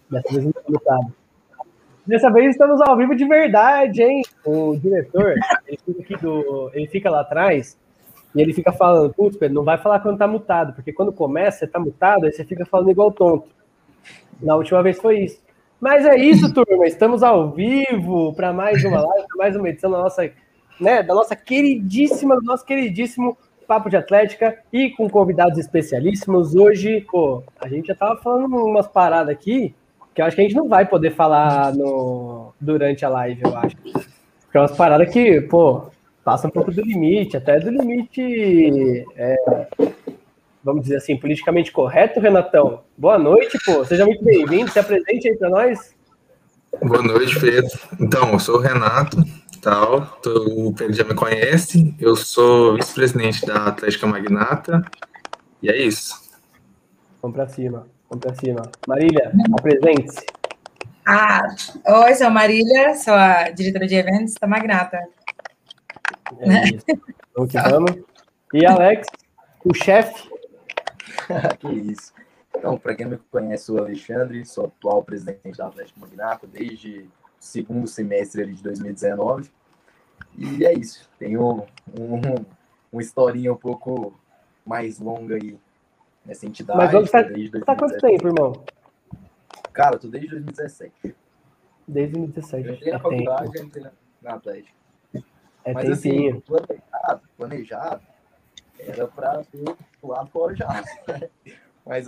Dessa vez não tá mutado. Dessa vez estamos ao vivo de verdade, hein? O diretor, ele fica lá atrás e ele fica falando, putz, Pedro, não vai falar quando tá mutado, porque quando começa, você tá mutado, aí você fica falando igual tonto. Na última vez foi isso. Mas é isso, turma. Estamos ao vivo para mais uma live, para mais uma edição da nossa, né, do nosso queridíssimo Papo de Atlética e com convidados especialíssimos. Hoje, pô, a gente já tava falando umas paradas aqui que eu acho que a gente não vai poder falar durante a live, eu acho. Porque é umas paradas que, pô, passa um pouco do limite, até do limite, vamos dizer assim, politicamente correto, Renatão. Boa noite, pô. Seja muito bem-vindo. Se apresente aí para nós. Boa noite, Pedro. Então, eu sou o Renato, tal. O Pedro já me conhece. Eu sou vice-presidente da Atlética Magnata. E é isso. Vamos para cima. Vamos para cima. Marília, apresente-se. Oi, sou a Marília, sou a diretora de eventos da Magnata. É isso. Vamos que vamos. E Alex, o chefe. Que isso. Então, para quem não me conhece, sou o Alexandre, sou atual presidente da Atlética Magnata desde o segundo semestre de 2019. E é isso. Tenho uma historinha um pouco mais longa aí nessa entidade. Mas vamos tá quanto tempo, irmão? Cara, eu tô desde 2017. Desde 2017. Eu entrei na faculdade e entrei na Atlética. Mas tempinho. Assim, planejado, era para ter pulado fora já. Mas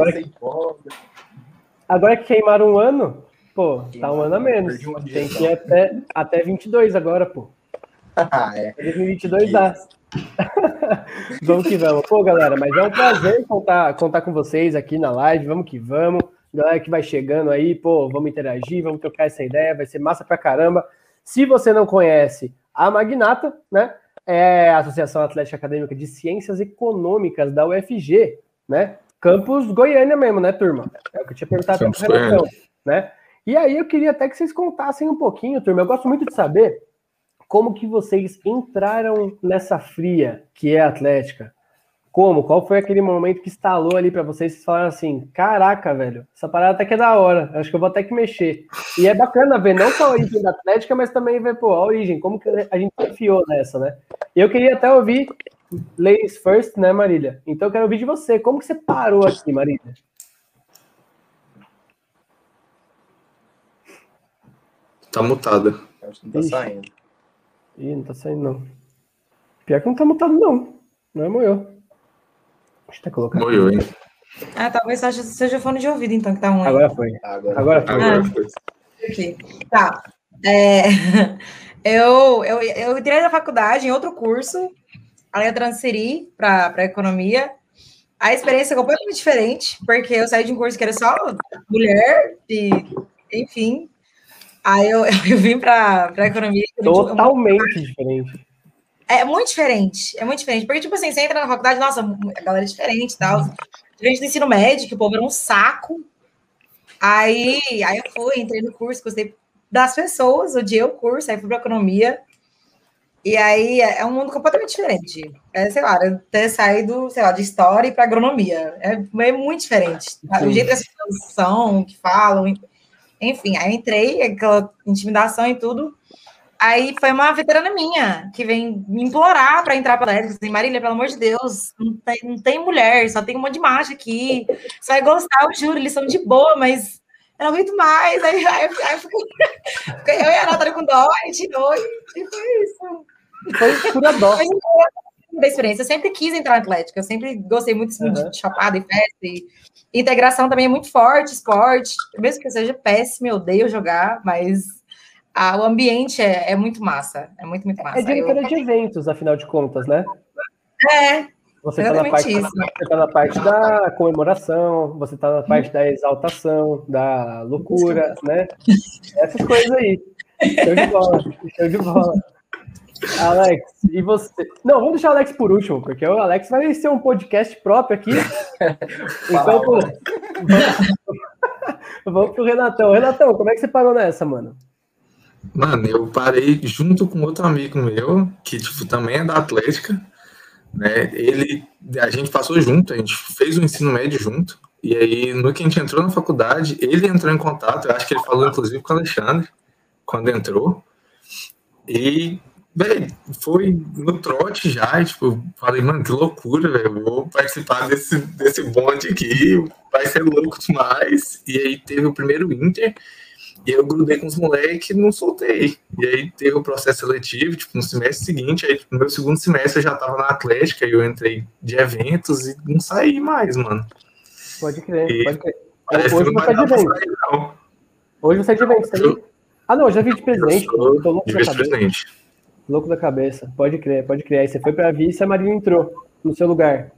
agora que queimaram um ano, pô, tá um ano a menos. Tem que ir até 22 agora, pô. 2022 dá. Vamos que vamos. Pô, galera, mas é um prazer contar com vocês aqui na live. Vamos que vamos. Galera que vai chegando aí, pô, vamos interagir, vamos trocar essa ideia, vai ser massa pra caramba. Se você não conhece a Magnata, né, é a Associação Atlética Acadêmica de Ciências Econômicas da UFG, né, campus Goiânia mesmo, né, turma? É o que eu tinha perguntado para o Renatão, né? E aí eu queria até que vocês contassem um pouquinho, turma, eu gosto muito de saber como que vocês entraram nessa fria que é a Atlética. Como? Qual foi aquele momento que estalou ali pra vocês falaram assim, caraca, velho, essa parada até que é da hora, acho que eu vou até que mexer. E é bacana ver não só a origem da Atlética, mas também ver, pô, a origem, como que a gente se enfiou nessa, né? E eu queria até ouvir Ladies First, né, Marília? Então eu quero ouvir de você, como que você parou aqui, Marília? Tá mutada. Acho que não tá saindo. Ih, não tá saindo, não. Pior que não tá mutado, não. Não é moeu. Deixa eu colocar. Moiou, hein? Talvez seja fone de ouvido, então, que tá ruim. Agora foi. Agora foi. Aqui. Tá. Eu entrei na faculdade em outro curso, aí eu transferi para economia. A experiência é completamente diferente, porque eu saí de um curso que era só mulher, e enfim. Aí eu vim para economia. Totalmente diferente. É muito diferente, porque, tipo assim, você entra na faculdade, nossa, a galera é diferente e tal, diferente do ensino médio, que o povo era um saco, aí eu entrei no curso, gostei das pessoas, odiei o curso, aí fui para economia, e aí é um mundo completamente diferente, sei lá, ter saído, sei lá, de história para agronomia, é muito diferente, o jeito que as pessoas são, que falam, enfim, aí eu entrei, aquela intimidação e tudo. Aí foi uma veterana minha que vem me implorar para entrar para a Atlética. Assim, Marília, pelo amor de Deus, não tem mulher, só tem um monte de macho aqui. Você vai gostar, eu juro, eles são de boa, mas eu não aguento mais. Aí fiquei eu e a Natália com dó, e tirou, e foi isso. Foi pura dó. Da experiência. Eu sempre quis entrar na Atlética, eu sempre gostei muito de chapada e festa, e integração também é muito forte, esporte, mesmo que eu seja péssimo, eu odeio jogar, mas o ambiente é muito massa, é muito massa. É diretora de eventos, afinal de contas, né? Você está na parte da comemoração, você está na parte da exaltação, da loucura, né? Essas coisas aí. Show de bola. Alex, e você? Não, vamos deixar o Alex por último, porque o Alex vai ser um podcast próprio aqui. Então, pô, vamos pro Renatão. Renatão, como é que você parou nessa, mano? Mano, eu parei junto com outro amigo meu, que tipo, também é da Atlética, né? A gente passou junto, a gente fez o ensino médio junto. E aí, no que a gente entrou na faculdade, ele entrou em contato, eu acho que ele falou inclusive com o Alexandre, quando entrou. E, velho, foi no trote já, e, tipo, falei, mano, que loucura, velho, vou participar desse bonde aqui, vai ser louco demais. E aí teve o primeiro Inter, e eu grudei com os moleques e não soltei. E aí teve o processo seletivo, tipo, no semestre seguinte, aí no meu segundo semestre eu já tava na Atlética, e eu entrei de eventos e não saí mais, mano. Pode crer, E pode crer. parece Hoje que não você vai é de dar pra eventos. sair, não. Hoje você é de eventos também? Ah, não, eu já vi de presidente, Eu pô. sou Eu tô louco de da cabeça. vice-presidente. Louco da cabeça. Pode crer, pode crer. Aí você foi pra vice e a Marina entrou no seu lugar.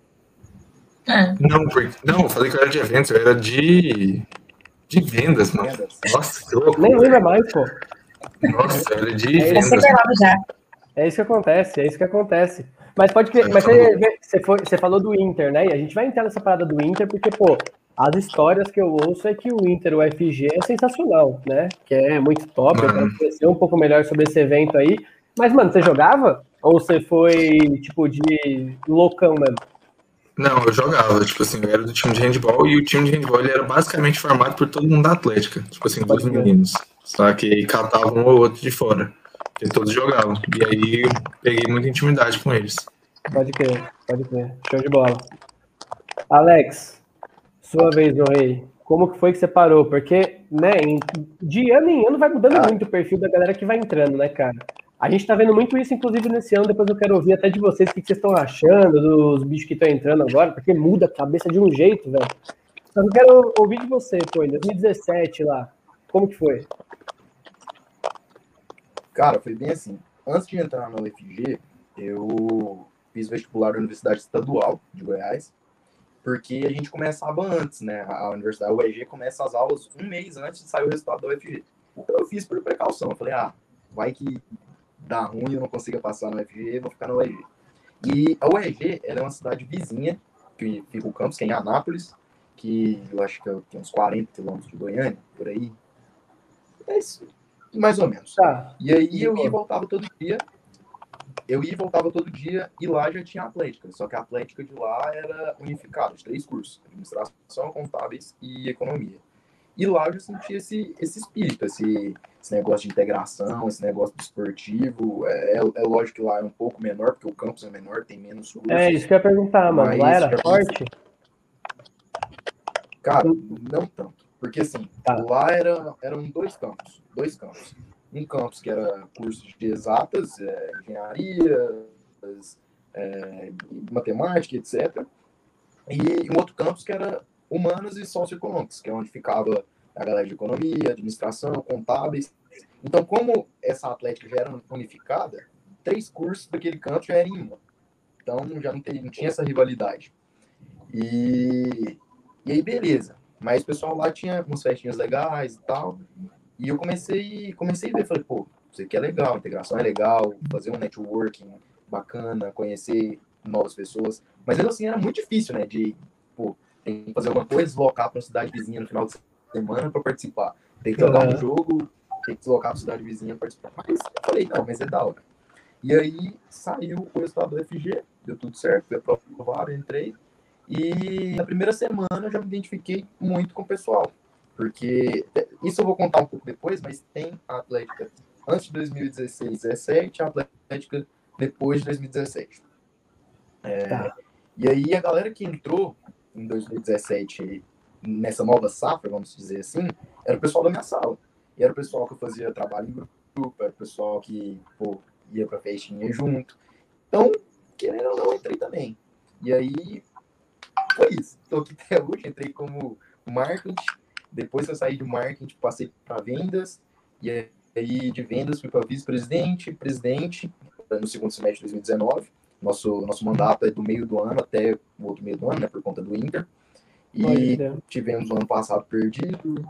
Não, eu falei que eu era de eventos, eu era de vendas, mano. Nossa, que louco. Nem lembra mais, pô. Nossa, eu era de É, vendas. já. É isso que acontece, é isso que acontece. Mas pode crer, mas você falou do Inter, né? E a gente vai entrar nessa parada do Inter, porque, pô, as histórias que eu ouço é que o Inter, o FG, é sensacional, né? Que é muito top, eu quero conhecer um pouco melhor sobre esse evento aí. Mas, mano, você jogava? Ou você foi, tipo, de loucão mesmo? Não, eu jogava, tipo assim, eu era do time de handball e o time de handball ele era basicamente formado por todo mundo da Atlética, tipo assim, dos meninos. Só que aí catavam um ou outro de fora, porque todos jogavam. E aí eu peguei muita intimidade com eles. Pode crer, pode crer. Show de bola. Alex, sua vez, meu rei. Como que foi que você parou? Porque, né, de ano em ano vai mudando muito o perfil da galera que vai entrando, né, cara? A gente tá vendo muito isso, inclusive, nesse ano. Depois eu quero ouvir até de vocês o que vocês estão achando dos bichos que estão entrando agora, porque muda a cabeça de um jeito, velho. Só que eu quero ouvir de você, pô, em 2017 lá. Como que foi? Cara, foi bem assim. Antes de entrar na UFG, eu fiz vestibular da Universidade Estadual de Goiás, porque a gente começava antes, né? A universidade, a UEG começa as aulas um mês antes de sair o resultado da UFG. Então eu fiz por precaução. Eu falei, vai que dá ruim, eu não consiga passar na UFG, vou ficar na UEG. E a UEG, ela é uma cidade vizinha, que fica o campus, que é em Anápolis, que eu acho que tem uns 40 quilômetros de Goiânia, por aí. É isso, mais ou menos. Tá. E aí eu ia e voltava todo dia. E lá já tinha Atlética. Só que a Atlética de lá era unificada, de 3 cursos: administração, contábeis e economia. E lá eu já senti esse espírito, esse negócio de integração, esse negócio de esportivo. É lógico que lá é um pouco menor, porque o campus é menor, tem menos cursos. É isso que eu ia perguntar, mano. Lá era forte? Cara, não tanto. Porque assim, lá eram dois campos. Um campus que era curso de exatas, engenharia, matemática, etc. E um outro campus que era humanas e socioeconômicas, que é onde ficava a galera de economia, administração, contábeis. Então, como essa Atlética já era unificada, 3 cursos daquele campus já eram em uma. Então, já não tinha essa rivalidade. E aí, beleza. Mas o pessoal lá tinha umas festinhas legais e tal. E eu comecei a ver. Falei, pô, isso aqui é legal, a integração é legal, fazer um networking bacana, conhecer novas pessoas. Mas ainda assim era muito difícil, né? Tem que fazer alguma coisa, deslocar para uma cidade vizinha no final de semana para participar. Tem que jogar um jogo, tem que deslocar para a cidade vizinha para participar. Mas eu falei, não, mas é da hora. E aí saiu o resultado do FG, deu tudo certo, fui aprovado, entrei. E na primeira semana eu já me identifiquei muito com o pessoal. Porque, isso eu vou contar um pouco depois, mas tem a Atlética antes de 2016, 2017, a Atlética depois de 2017. E aí a galera que entrou em 2017 nessa nova safra, vamos dizer assim, era o pessoal da minha sala. E era o pessoal que eu fazia trabalho em grupo, era o pessoal que ia pra festinha junto. Então, querendo ou não, entrei também. E aí, foi isso. Estou aqui até hoje, entrei como marketing. Depois que eu saí de marketing, passei para vendas. E aí, de vendas, fui para vice-presidente, presidente, no segundo semestre de 2019. Nosso mandato é do meio do ano até o outro meio do ano, né, por conta do Inter. E tivemos o ano passado perdido.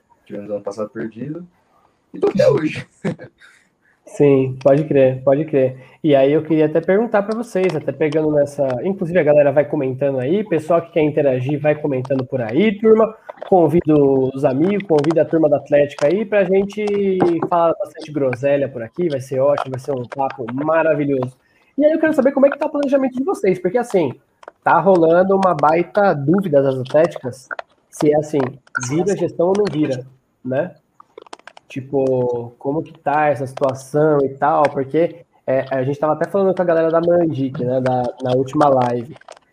E tô até hoje. Sim, pode crer. E aí eu queria até perguntar para vocês, até pegando nessa... Inclusive a galera vai comentando aí, pessoal que quer interagir vai comentando por aí, turma. Convido os amigos, convido a turma da Atlética aí pra gente falar bastante groselha por aqui, vai ser ótimo, vai ser um papo maravilhoso. E aí eu quero saber como é que tá o planejamento de vocês, porque assim, tá rolando uma baita dúvida das Atléticas se é assim, vira gestão ou não vira, né? Tipo, como que tá essa situação e tal, porque a gente tava até falando com a galera da Mandic, né, na última live.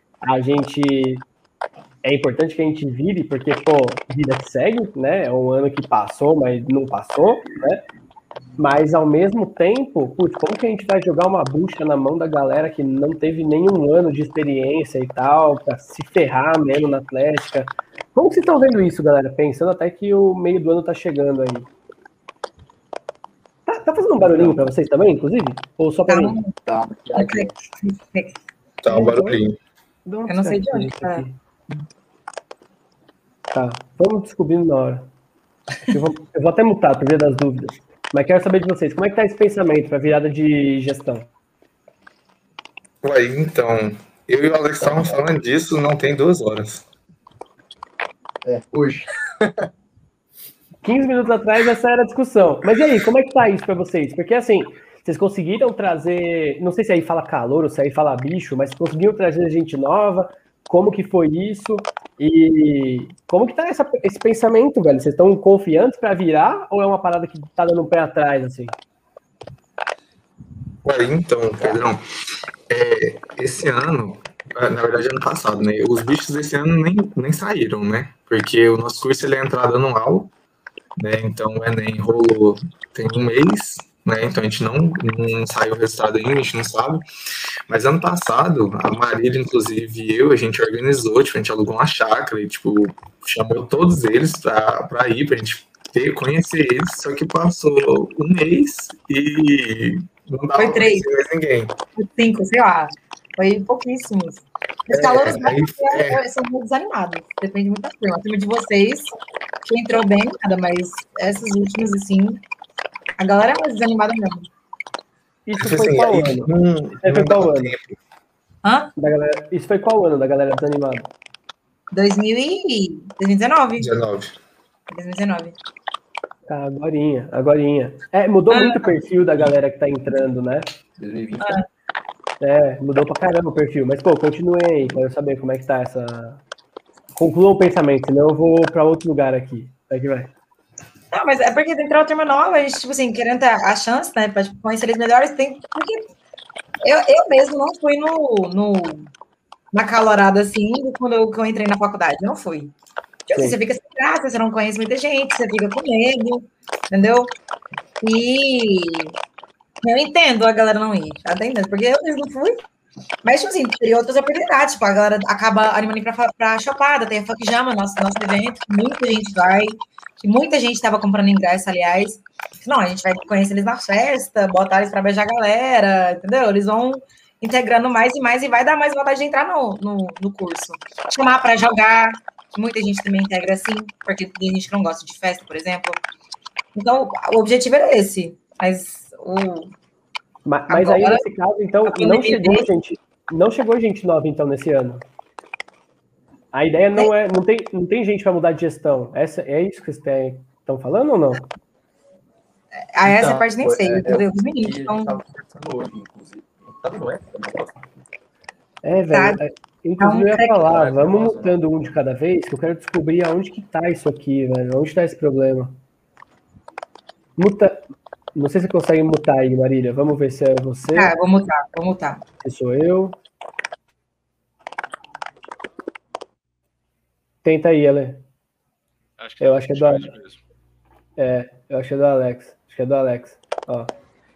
É importante que a gente vire, porque, pô, vida que segue, né? É um ano que passou, mas não passou, né? Mas, ao mesmo tempo, putz, como que a gente vai jogar uma bucha na mão da galera que não teve nenhum ano de experiência e tal, pra se ferrar mesmo na Atlética? Como que vocês estão vendo isso, galera? Pensando até que o meio do ano tá chegando aí. Tá fazendo um barulhinho pra vocês também, inclusive? Ou só pra mim? Tá. Tá um barulhinho. Eu não sei de onde tá. Tá, vamos descobrindo na hora. Eu vou até mutar, por via das dúvidas. Mas quero saber de vocês, como é que tá esse pensamento para virada de gestão? Ué, então, eu e o Alex estavam falando disso não tem 2 horas. Hoje. 15 minutos atrás essa era a discussão. Mas e aí, como é que tá isso para vocês? Porque assim, vocês conseguiram trazer, não sei se aí fala calor ou se aí fala bicho, mas conseguiram trazer gente nova, como que foi isso? E como que tá esse pensamento, velho? Vocês estão confiantes para virar ou é uma parada que tá dando um pé atrás, assim? Ué, então, Pedrão, esse ano, na verdade ano passado, né? Os bichos desse ano nem saíram, né? Porque o nosso curso ele é entrada anual, né? Então o Enem rolou tem um mês, né? Então a gente não saiu o resultado ainda, a gente não sabe. Mas ano passado, a Marília, inclusive, e eu, a gente organizou, tipo, a gente alugou uma chácara e, tipo, chamou todos eles pra ir, pra gente conhecer eles, só que passou um mês e não dava Foi 3. pra conhecer mais ninguém. 5, sei lá. Foi pouquíssimos. Os calouros são muito desanimados. Depende muito da turma. A turma de vocês, que entrou bem, nada, mas essas últimas, assim, a galera é mais desanimada mesmo. Isso foi qual ano? Isso foi qual ano? Hã? Isso foi qual ano da galera desanimada? 2019. 2019. Tá, agorinha. Mudou muito o perfil da galera que tá entrando, né? 2020. Mudou pra caramba o perfil. Mas, pô, continuem aí, quero saber como é que tá essa... Concluam o pensamento, senão eu vou pra outro lugar aqui. Aqui vai. Não, mas é porque entrou uma turma nova, a gente, tipo assim, querendo ter a chance, né, pra tipo, conhecer eles melhores, tem... Porque eu mesmo não fui na calorada, assim, quando eu entrei na faculdade, não fui. Tipo assim, você fica sem graça, você não conhece muita gente, você fica com medo, entendeu? E eu entendo a galera não ir, tá entendendo? Porque eu mesmo não fui. Mas, tipo assim, teria outras oportunidades, tipo, a galera acaba animando pra Chapada, tem a Funk Jama, nosso evento, que muita gente vai, que muita gente estava comprando ingresso, aliás. Não, a gente vai conhecer eles na festa, botar eles pra beijar a galera, entendeu? Eles vão integrando mais e mais e vai dar mais vontade de entrar no curso. Chamar pra jogar, que muita gente também integra assim, porque tem gente que não gosta de festa, por exemplo. Então, o objetivo era esse, mas Mas aí, nesse caso, então, não chegou gente nova, então, nesse ano. A ideia não tem gente para mudar de gestão. É isso que vocês estão falando ou não? Essa parte nem sei. Os meninos estão... Velho. Inclusive, eu ia falar, vamos mutando um de cada vez, que eu quero descobrir aonde que tá isso aqui, velho. Onde tá esse problema? Não sei se você consegue mutar aí, Marília. Vamos ver se é você. Vou mutar. Se sou eu. Tenta aí, Ale. Eu acho que é do Alex. Eu acho que é do Alex. Ó.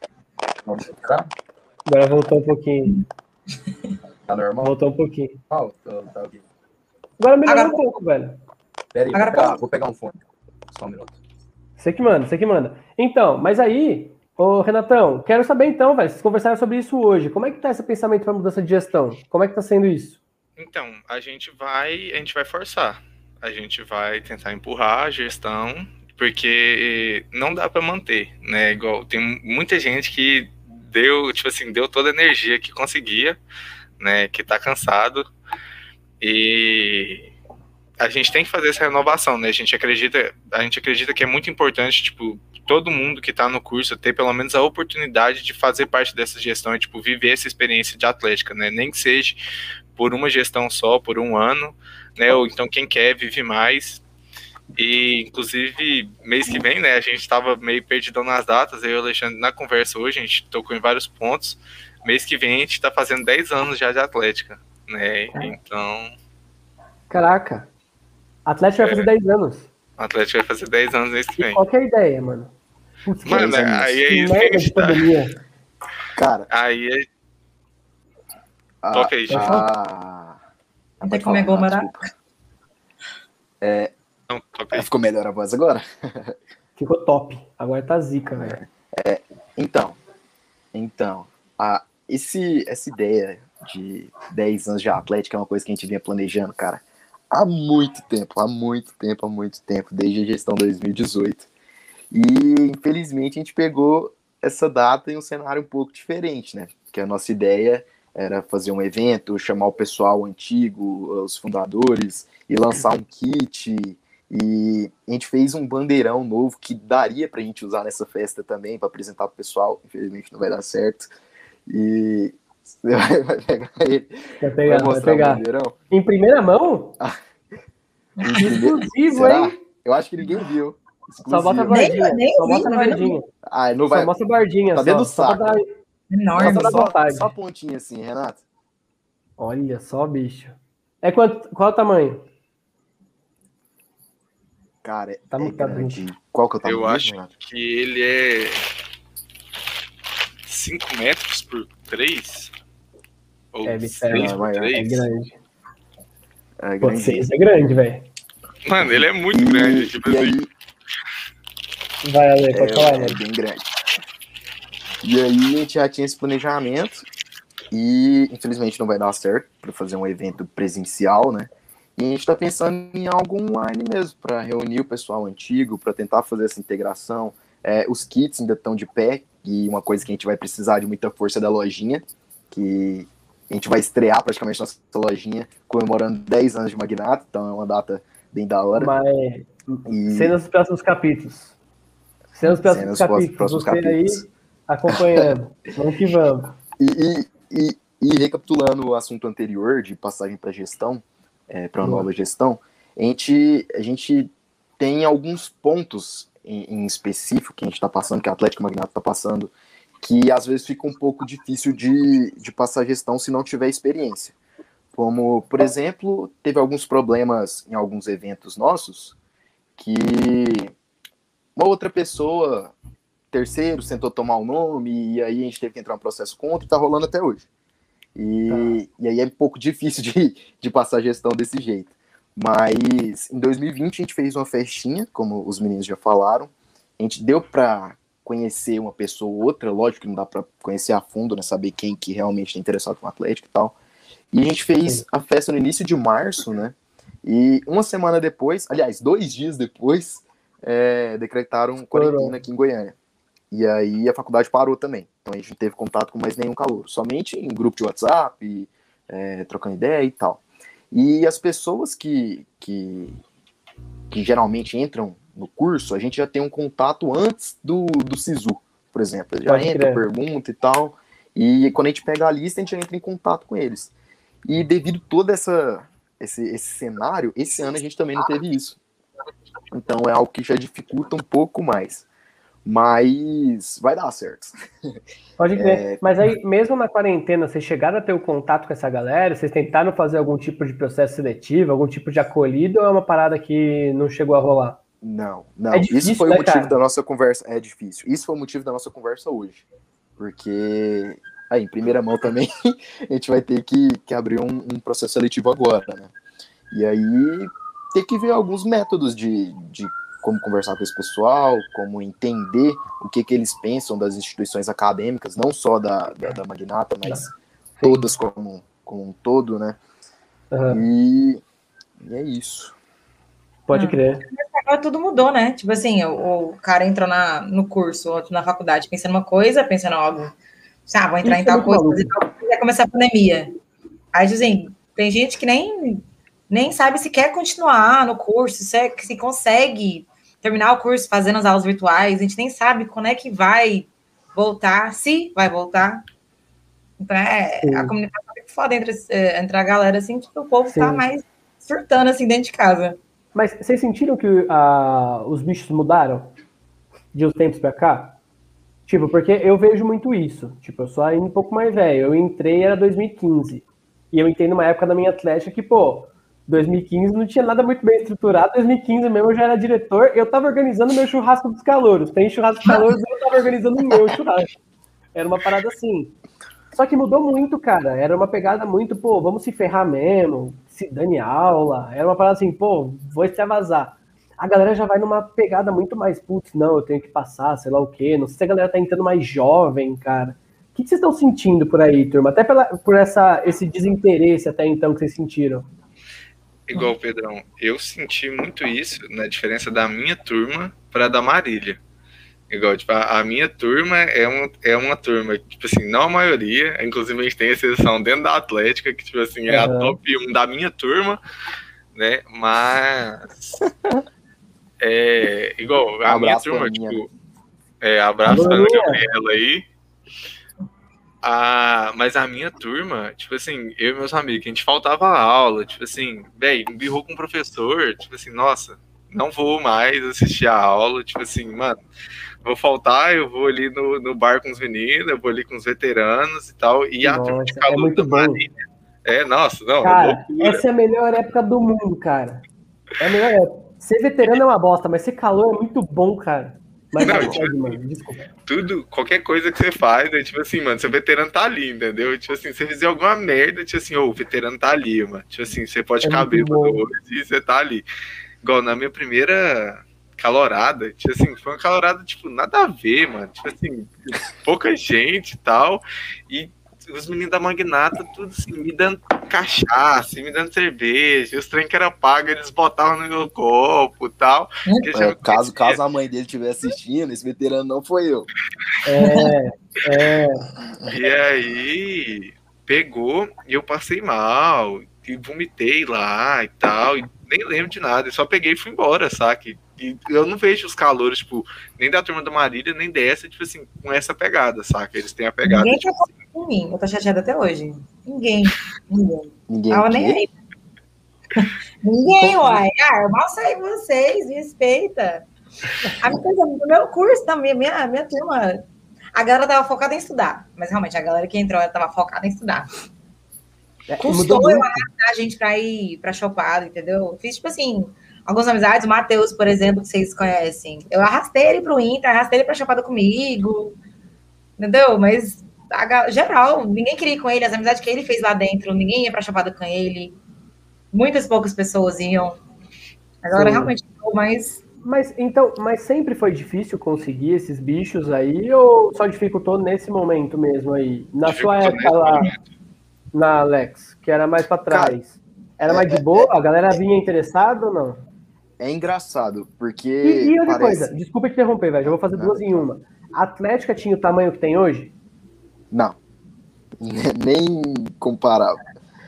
Agora voltou um pouquinho. Tá normal? Voltou um pouquinho. Tá ok. Agora melhorou um pouco, velho. Pera aí, vou pegar um fone. Só um minuto. Você que manda. Então, mas aí, ô Renatão, quero saber então, velho, vocês conversaram sobre isso hoje. Como é que tá esse pensamento para mudança de gestão? Como é que tá sendo isso? Então, a gente vai forçar. A gente vai tentar empurrar a gestão, porque não dá para manter, né? Igual tem muita gente que deu toda a energia que conseguia, né? Que tá cansado. E a gente tem que fazer essa renovação, né? A gente acredita que é muito importante, tipo, todo mundo que está no curso ter pelo menos a oportunidade de fazer parte dessa gestão e, tipo, viver essa experiência de atlética, né? Nem que seja por uma gestão só, por um ano, né? Ou então quem quer vive mais. E, inclusive, mês que vem, né, a gente estava meio perdidão nas datas, eu e o Alexandre, na conversa hoje, a gente tocou em vários pontos. Mês que vem a gente está fazendo 10 anos já de Atlética, né? Então... Caraca. Atlético vai fazer 10 anos. O Atlético vai fazer 10 anos mês que vem. Qual que é a ideia, mano? Putz, Mano, aí é isso que a merda gente de tá. pandemia. Cara, Aí é... Toca aí, gente. Não tem como é gol barato. Não, toca aí. Ficou melhor a voz agora? Ficou top. Agora tá zica, velho. Então, essa ideia de 10 anos de Atlético é uma coisa que a gente vinha planejando, cara, há muito tempo, desde a gestão 2018. E, infelizmente, a gente pegou essa data em um cenário um pouco diferente, né? Porque a nossa ideia era fazer um evento, chamar o pessoal antigo, os fundadores, e lançar um kit. E a gente fez um bandeirão novo que daria pra gente usar nessa festa também, para apresentar pro pessoal. Infelizmente não vai dar certo. E você vai pegar ele. Vai pegar. O bandeirão? Em primeira mão? Exclusivo, será? Hein? Eu acho que ninguém viu. Exclusivo. Só bota a bardinha. Só mostra a bardinha. Não vai... Só mostra a bardinha. Tá dentro do saco. Enorme. Só a pontinha assim, Renato. Olha só, bicho. Qual é o tamanho? Cara, tá muito grande. Qual que é o tamanho? Eu acho que ele é 5 metros por 3? Ou 6 por 3? É grande. É grande. 6 é grande, velho. Mano, ele é muito grande. Tipo assim. Aí, vai, Ale, pode falar, mano. É bem grande. E aí a gente já tinha esse planejamento e infelizmente não vai dar certo para fazer um evento presencial, né? E a gente está pensando em algo online mesmo, para reunir o pessoal antigo, para tentar fazer essa integração. Os kits ainda estão de pé, e uma coisa que a gente vai precisar de muita força da lojinha, que a gente vai estrear praticamente nossa lojinha, comemorando 10 anos de Magnato, então é uma data bem da hora. Cenas dos próximos capítulos. Cenas dos próximos capítulos. Você aí acompanhando. Vamos que vamos. E recapitulando o assunto anterior, de passagem para gestão, para uma nova gestão, a gente tem alguns pontos em específico que a gente está passando, que a Atlético Magnato está passando, que às vezes fica um pouco difícil de passar gestão se não tiver experiência. Como, por exemplo, teve alguns problemas em alguns eventos nossos, que uma outra pessoa, terceiro, tentou tomar o nome, e aí a gente teve que entrar um processo contra, e tá rolando até hoje. E aí é um pouco difícil de passar a gestão desse jeito. Mas em 2020 a gente fez uma festinha, como os meninos já falaram. A gente deu para conhecer uma pessoa ou outra, lógico que não dá para conhecer a fundo, né, saber quem que realmente está interessado com o Atlético e tal. E a gente fez a festa no início de março, né? E uma semana depois, aliás, 2 dias depois, decretaram quarentena aqui em Goiânia. E aí a faculdade parou também. Então a gente não teve contato com mais nenhum calouro. Somente em grupo de WhatsApp, trocando ideia e tal. E as pessoas que geralmente entram no curso, a gente já tem um contato antes do SISU, por exemplo. Já entra, pergunta e tal. E quando a gente pega a lista, a gente já entra em contato com eles. E devido a todo esse cenário, esse ano a gente também não teve isso. Então é algo que já dificulta um pouco mais. Mas vai dar certo. Pode crer. Mas aí, mesmo na quarentena, vocês chegaram a ter o contato com essa galera? Vocês tentaram fazer algum tipo de processo seletivo, algum tipo de acolhida, ou é uma parada que não chegou a rolar? Não. É difícil, isso foi o motivo cara? da nossa conversa. É difícil. Isso foi o motivo da nossa conversa hoje. Porque, aí, em primeira mão também, a gente vai ter que abrir um processo seletivo agora, né? E aí, ter que ver alguns métodos de como conversar com esse pessoal, como entender o que eles pensam das instituições acadêmicas, não só da Magnata, mas todas como um todo, né? Uhum. E é isso. Pode crer. Agora tudo mudou, né? Tipo assim, o cara entrou no curso, outro na faculdade, pensando uma coisa, pensando algo. Vou entrar em tal coisa, fazer tal coisa, vai começar a pandemia. Aí, assim, tem gente que nem sabe se quer continuar no curso, se consegue terminar o curso fazendo as aulas virtuais, a gente nem sabe quando é que vai voltar, se vai voltar. Então, a comunicação foda entre a galera, assim, tipo, o povo tá mais surtando, assim, dentro de casa. Mas vocês sentiram que os bichos mudaram de uns tempos pra cá? Tipo, porque eu vejo muito isso. Tipo, eu sou ainda um pouco mais velho. Eu entrei, era 2015. E eu entrei numa época da minha Atlética que, pô, 2015 não tinha nada muito bem estruturado. 2015 mesmo eu já era diretor. Eu tava organizando meu churrasco dos calouros. Tem churrasco dos calouros e eu tava organizando o meu churrasco. Era uma parada assim. Só que mudou muito, cara. Era uma pegada muito, pô, vamos se ferrar mesmo. Se dane aula. Era uma parada assim, pô, vou extravasar. A galera já vai numa pegada muito mais, putz, não, eu tenho que passar, sei lá o quê. Não sei se a galera tá entrando mais jovem, cara. O que vocês estão sentindo por aí, turma? Até por esse desinteresse até então que vocês sentiram. Igual, Pedrão, eu senti muito isso na diferença da minha turma para da Marília. Igual, tipo, a minha turma é uma turma, tipo assim, não a maioria, inclusive a gente tem exceção dentro da Atlética, que, tipo assim, é a top 1 da minha turma, né? Mas igual, a minha turma, tipo, abraço pra Ana Gabriela aí. Mas a minha turma, tipo assim, eu e meus amigos, a gente faltava aula, tipo assim, velho, birrou com o professor, tipo assim, nossa, não vou mais assistir a aula, tipo assim, mano, vou faltar, eu vou ali no bar com os meninos, eu vou ali com os veteranos e tal, e a turma de calor da Marília. Nossa, não, cara, essa é a melhor época do mundo, cara. É a melhor época. Ser veterano é uma bosta, mas ser calor é muito bom, cara. Mas não, mano, desculpa. Tudo, qualquer coisa que você faz, é tipo assim, mano, seu veterano tá ali, entendeu? Tipo assim, se você fizer alguma merda, tipo assim, o veterano tá ali, mano. Tipo assim, você pode caber hoje e você tá ali. Igual na minha primeira calorada, tipo assim, foi uma calorada, tipo, nada a ver, mano. Tipo assim, pouca gente e tal. E os meninos da Magnata, tudo assim, me dando cachaça, me dando cerveja, os trem que era pago, eles botavam no meu copo e tal. Caso a mãe dele estiver assistindo, esse veterano não foi eu. E aí, pegou e eu passei mal, e vomitei lá e tal, e nem lembro de nada, eu só peguei e fui embora, saca? E eu não vejo os calouros, tipo, nem da turma da Marília, nem dessa, tipo assim, com essa pegada, saca? Eles têm a pegada. Ninguém tipo assim, com mim, eu tô chateada até hoje. Ninguém. Tava nem aí. Ninguém, uai. Eu mal sei vocês, me respeita. A minha coisa, no meu curso também, minha turma, a galera tava focada em estudar, mas realmente a galera que entrou, ela tava focada em estudar. Custou eu arrastar a gente pra ir pra chopada, entendeu? Fiz, tipo assim, algumas amizades, o Matheus, por exemplo, que vocês conhecem. Eu arrastei ele pro Inter, arrastei ele pra chopada comigo, entendeu? Mas, geral, ninguém queria ir com ele, as amizades que ele fez lá dentro, ninguém ia pra chopada com ele. Muitas poucas pessoas iam. Agora, realmente, Mas sempre foi difícil conseguir esses bichos aí, ou só dificultou nesse momento mesmo aí? Na sua época lá, na Alex, que era mais pra trás, cara, era mais de boa? A galera vinha interessada ou não? É engraçado, porque... E outra coisa, desculpa te interromper, velho, já vou fazer duas em uma. A Atlética tinha o tamanho que tem hoje? Não. Nem comparável.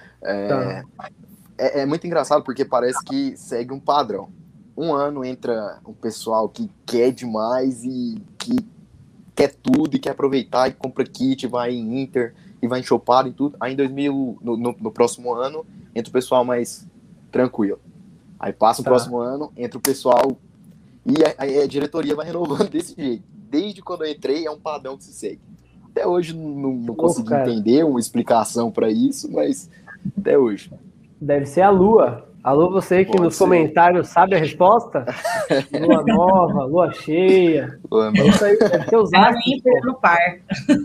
É muito engraçado, porque parece que segue um padrão. Um ano entra um pessoal que quer demais e que quer tudo e quer aproveitar e compra kit, vai em Inter e vai em chopada e tudo. Aí no próximo ano entra o pessoal mais tranquilo. Aí passa o próximo ano, entra o pessoal e a diretoria vai renovando desse jeito. Desde quando eu entrei é um padrão que se segue. Até hoje não consegui entender uma explicação para isso, mas até hoje. Deve ser a Lua. Alô, você que nos comentários sabe a resposta? Lua nova, lua cheia. Isso aí deve ter os astros. No par.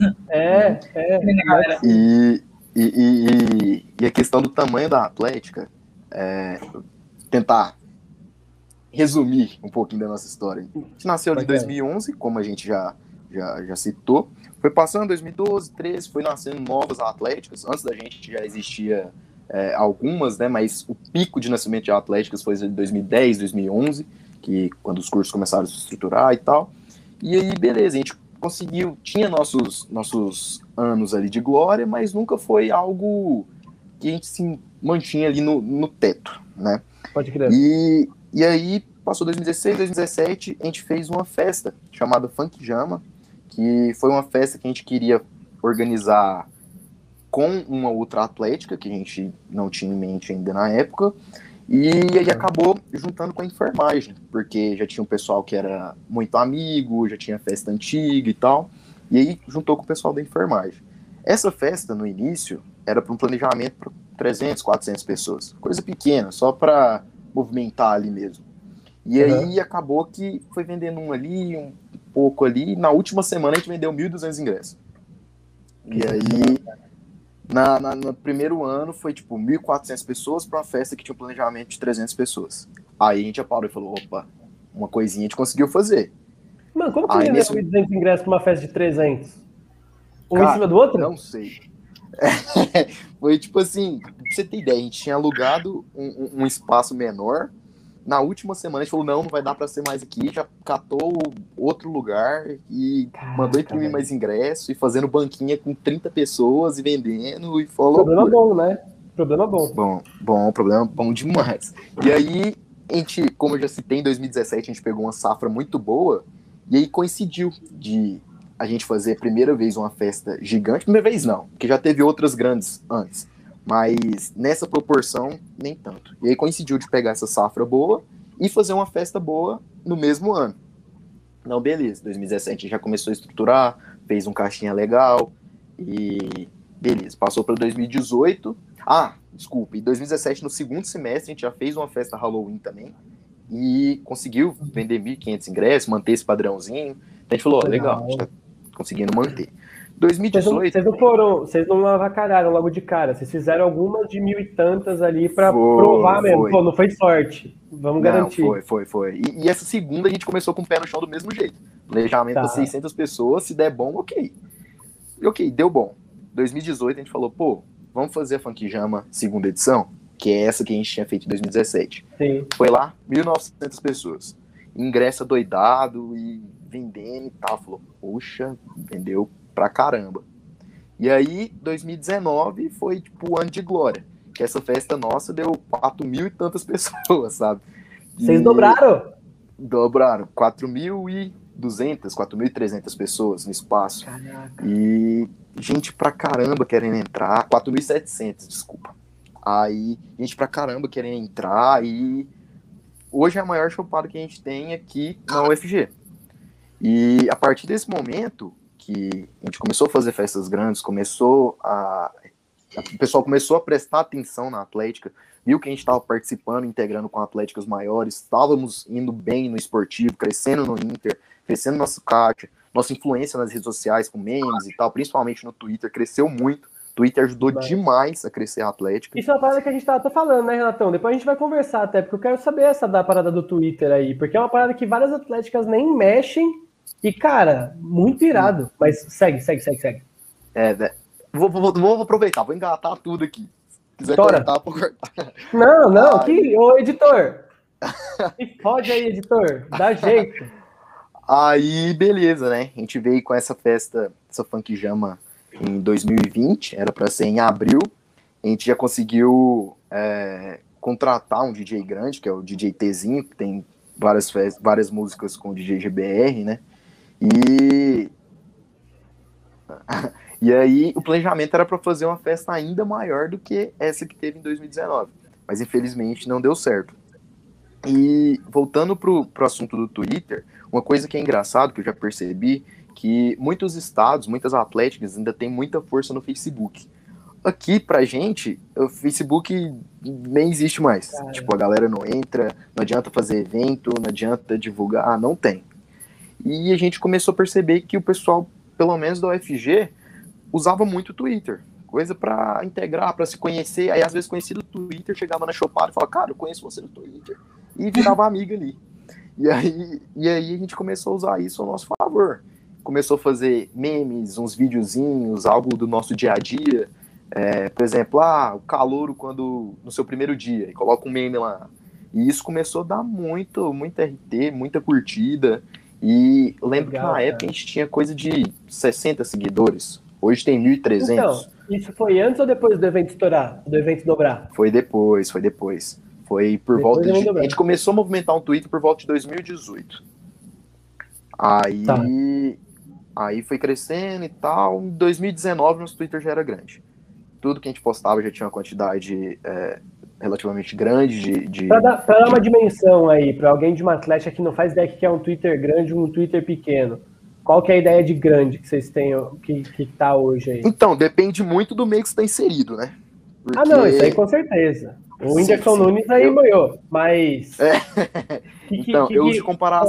E a questão do tamanho da Atlética, tentar resumir um pouquinho da nossa história. A gente nasceu em 2011, como a gente já citou. Foi passando 2012, 2013, foi nascendo novas atléticas. Antes da gente já existia algumas, né? Mas o pico de nascimento de atléticas foi em 2010, 2011, quando os cursos começaram a se estruturar e tal. E aí, beleza, a gente conseguiu, tinha nossos anos ali de glória, mas nunca foi algo que a gente se mantinha ali no teto, né? Pode crer. E aí, passou 2016, 2017, a gente fez uma festa chamada Funk Jama, que foi uma festa que a gente queria organizar com uma outra atlética, que a gente não tinha em mente ainda na época, e aí acabou juntando com a enfermagem, porque já tinha um pessoal que era muito amigo, já tinha festa antiga e tal, e aí juntou com o pessoal da enfermagem. Essa festa, no início, era para um planejamento para 300, 400 pessoas, coisa pequena, só para movimentar ali mesmo. E aí acabou que foi vendendo um ali, um pouco ali, na última semana a gente vendeu 1.200 ingressos. E aí, no primeiro ano, foi tipo 1.400 pessoas para uma festa que tinha um planejamento de 300 pessoas. Aí a gente já parou e falou, opa, uma coisinha a gente conseguiu fazer. Mano, como que vendeu 1.200 ingressos para uma festa de 300? Um em cima do outro? Não sei. Foi tipo assim, pra você ter ideia, a gente tinha alugado um espaço menor. Na última semana a gente falou, não vai dar pra ser mais aqui, já catou outro lugar e mandou imprimir mais ingresso e fazendo banquinha com 30 pessoas e vendendo e falou. Problema bom, né? Problema bom. Bom, problema bom demais. E aí, a gente, como eu já citei, em 2017 a gente pegou uma safra muito boa e aí coincidiu de a gente fazer a primeira vez uma festa gigante. Primeira vez não, porque já teve outras grandes antes. Mas nessa proporção, nem tanto. E aí coincidiu de pegar essa safra boa e fazer uma festa boa no mesmo ano. Não, beleza. 2017 a gente já começou a estruturar, fez um caixinha legal e beleza. Passou para 2018. Desculpa. Em 2017, no segundo semestre, a gente já fez uma festa Halloween também e conseguiu vender 1.500 ingressos, manter esse padrãozinho. Então a gente falou, legal, a gente tá conseguindo manter. 2018... Vocês não avacalharam logo de cara, vocês fizeram algumas de 1.000 e tantas ali pra provar mesmo. Pô, não foi sorte, vamos garantir. Foi. E essa segunda a gente começou com o pé no chão do mesmo jeito. Planejamento para 600 pessoas, se der bom, ok. E ok, deu bom. 2018 a gente falou, pô, vamos fazer a Funk Jama segunda edição, que é essa que a gente tinha feito em 2017. Sim. Foi lá, 1.900 pessoas. Ingresso doidado e vendendo e tal. Falou, poxa, vendeu pra caramba. E aí, 2019 foi tipo o ano de glória. Que essa festa nossa deu 4.000 e tantas pessoas, sabe? Vocês dobraram? Dobraram. 4.200, 4.300 pessoas no espaço. Caraca. E gente pra caramba querendo entrar. 4.700, desculpa. Aí, gente pra caramba querendo entrar. E hoje é a maior chopada que a gente tem aqui na UFG. E a partir desse momento que a gente começou a fazer festas grandes, o pessoal começou a prestar atenção na Atlética, viu que a gente estava participando, integrando com atléticas maiores, estávamos indo bem no esportivo, crescendo no Inter, crescendo nosso caixa, nossa influência nas redes sociais com memes e tal, principalmente no Twitter, cresceu muito. O Twitter ajudou demais a crescer a Atlética. Isso é uma parada que a gente tá falando, né, Renatão? Depois a gente vai conversar até, porque eu quero saber essa da parada do Twitter aí, porque é uma parada que várias atléticas nem mexem. E, cara, muito irado. Mas segue. Vou aproveitar, vou engatar tudo aqui. Se quiser cortar, pode cortar. Não, ô editor. Se fode aí, editor. Dá jeito. Aí, beleza, né? A gente veio com essa festa, essa Funk Jama em 2020, era pra ser em abril. A gente já conseguiu contratar um DJ grande, que é o DJ Tzinho, que tem várias músicas com o DJ GBR, né? E aí o planejamento era para fazer uma festa ainda maior do que essa que teve em 2019, mas infelizmente não deu certo. E voltando pro assunto do Twitter, uma coisa que é engraçado, que eu já percebi, que muitos estados, muitas atléticas ainda tem muita força no Facebook. Aqui, pra gente, o Facebook nem existe mais. Cara. Tipo, a galera não entra, não adianta fazer evento, não adianta divulgar, não tem. E a gente começou a perceber que o pessoal, pelo menos da UFG, usava muito o Twitter. Coisa pra integrar, pra se conhecer. Aí, às vezes, conhecido do Twitter, chegava na chopada e falava, cara, eu conheço você no Twitter. E virava amiga ali. E aí a gente começou a usar isso ao nosso favor. Começou a fazer memes, uns videozinhos, algo do nosso dia a dia. Por exemplo, o calouro no seu primeiro dia, e coloca um meme lá. E isso começou a dar muita RT, muita curtida. E eu lembro que na época a gente tinha coisa de 60 seguidores. Hoje tem 1.300. Então, isso foi antes ou depois do evento estourar? Do evento dobrar? Foi depois. Foi por volta de... A gente começou a movimentar um Twitter por volta de 2018. Aí foi crescendo e tal. Em 2019, nosso Twitter já era grande. tudo que a gente postava já tinha uma quantidade relativamente grande de... Para dar uma dimensão aí, para alguém de uma atlética que não faz ideia que é um Twitter grande e um Twitter pequeno, qual que é a ideia de grande que vocês têm, que tá hoje aí? Então, depende muito do meio que você está inserido, né? Porque... Ah, não, isso aí com certeza. O Whindersson Nunes aí moiou, mas... Então, eu uso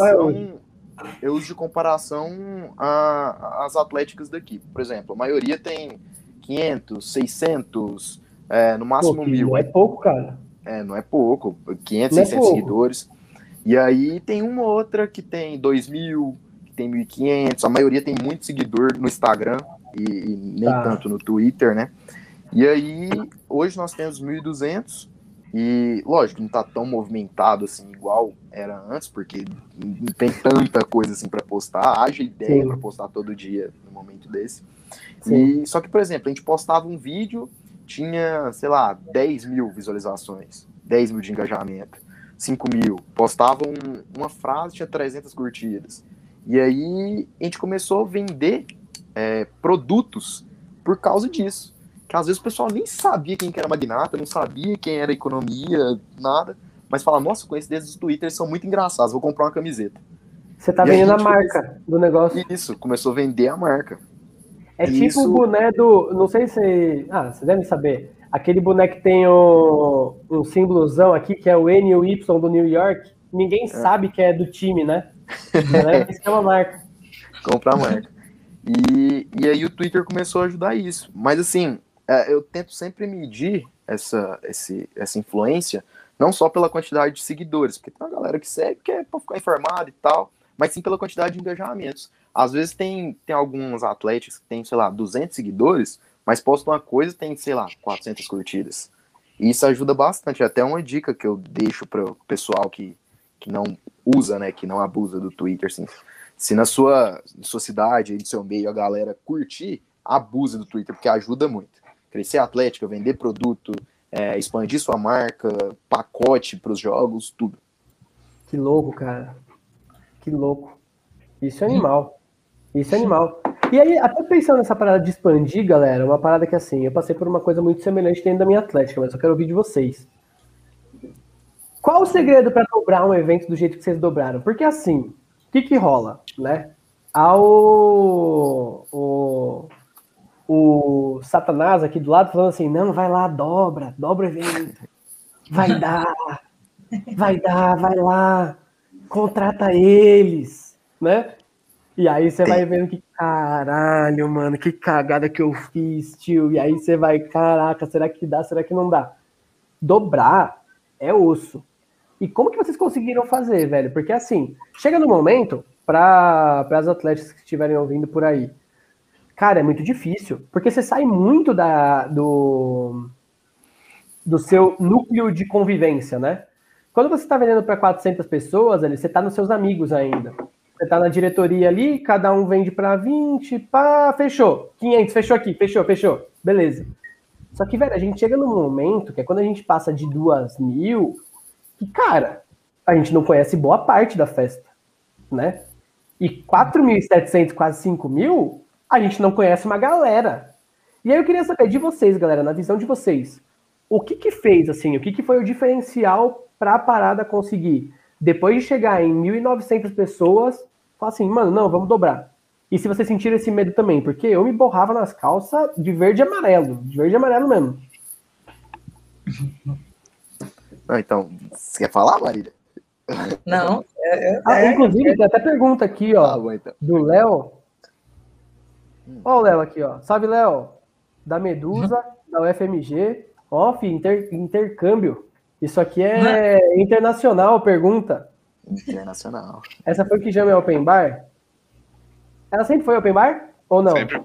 de comparação às atléticas daqui. Por exemplo, a maioria tem 500, 600, no máximo 1.000. Não é pouco, cara. Não é pouco. 500, não 600 é pouco. seguidores. E aí tem uma outra que tem 2.000, que tem 1.500. A maioria tem muito seguidor no Instagram e nem tanto no Twitter, né? E aí, hoje nós temos 1.200. E, lógico, não tá tão movimentado assim, igual era antes, porque não tem tanta coisa assim para postar, haja ideia para postar todo dia no momento desse. E, só que, por exemplo, a gente postava um vídeo, tinha, sei lá, 10.000 visualizações, 10.000 de engajamento, 5.000. Postava uma frase, tinha 300 curtidas. E aí a gente começou a vender produtos por causa disso. Que às vezes o pessoal nem sabia quem que era magnata, não sabia quem era economia, nada, mas fala, nossa, com esses desses do Twitter são muito engraçados, vou comprar uma camiseta. Você tá vendendo a marca do negócio. Isso, começou a vender a marca. É tipo o boné do, não sei se, você deve saber, aquele boné que tem um símbolozão aqui, que é o N e o Y do New York, ninguém sabe que é do time, né? Isso é uma marca. Comprar a marca. E aí o Twitter começou a ajudar isso. Mas assim, eu tento sempre medir essa influência, não só pela quantidade de seguidores, porque tem uma galera que segue, que é pra ficar informado e tal, mas sim pela quantidade de engajamentos. Às vezes tem alguns atletas que tem, sei lá, 200 seguidores, mas postam uma coisa e tem, sei lá, 400 curtidas. E isso ajuda bastante. É até uma dica que eu deixo para o pessoal que não usa, né, que não abusa do Twitter, assim. Se na sua cidade, no seu meio, a galera curtir, abuse do Twitter, porque ajuda muito. Crescer a atlética, vender produto, expandir sua marca, pacote para os jogos, tudo. Que louco, cara. Que louco. Isso é animal. Isso é animal. E aí, até pensando nessa parada de expandir, galera, uma parada que assim, eu passei por uma coisa muito semelhante dentro da minha atlética, mas eu quero ouvir de vocês. Qual o segredo para dobrar um evento do jeito que vocês dobraram? Porque assim, o que rola, né? O Satanás aqui do lado falando assim, não, vai lá, dobra o evento. Vai dar, vai lá, contrata eles, né? E aí você vai vendo que, caralho, mano, que cagada que eu fiz, tio. E aí você vai, caraca, será que dá, será que não dá? Dobrar é osso. E como que vocês conseguiram fazer, velho? Porque assim, chega no momento, para as atletas que estiverem ouvindo por aí, cara, é muito difícil, porque você sai muito do seu núcleo de convivência, né? Quando você está vendendo para 400 pessoas, ali, você está nos seus amigos ainda. Você tá na diretoria ali, cada um vende para 20, pá, fechou. 500, fechou aqui, fechou. Beleza. Só que, velho, a gente chega num momento, que é quando a gente passa de 2.000, que, cara, a gente não conhece boa parte da festa, né? E 4.700, quase 5.000, a gente não conhece uma galera. E aí eu queria saber de vocês, galera, na visão de vocês, o que fez, assim, o que foi o diferencial para a parada conseguir, depois de chegar em 1.900 pessoas, falar assim, mano, não, vamos dobrar. E se vocês sentiram esse medo também, porque eu me borrava nas calças de verde e amarelo mesmo. Não, então, você quer falar, Marília? Não. Inclusive, tem até pergunta aqui, ó, bom, então. do Léo. Ó o Léo aqui, ó. Salve, Léo. Da Medusa, da UFMG. Ó, filho, intercâmbio. Isso aqui é internacional, pergunta. Internacional. Essa foi que chama é Open Bar? Ela sempre foi Open Bar? Ou não? Sempre.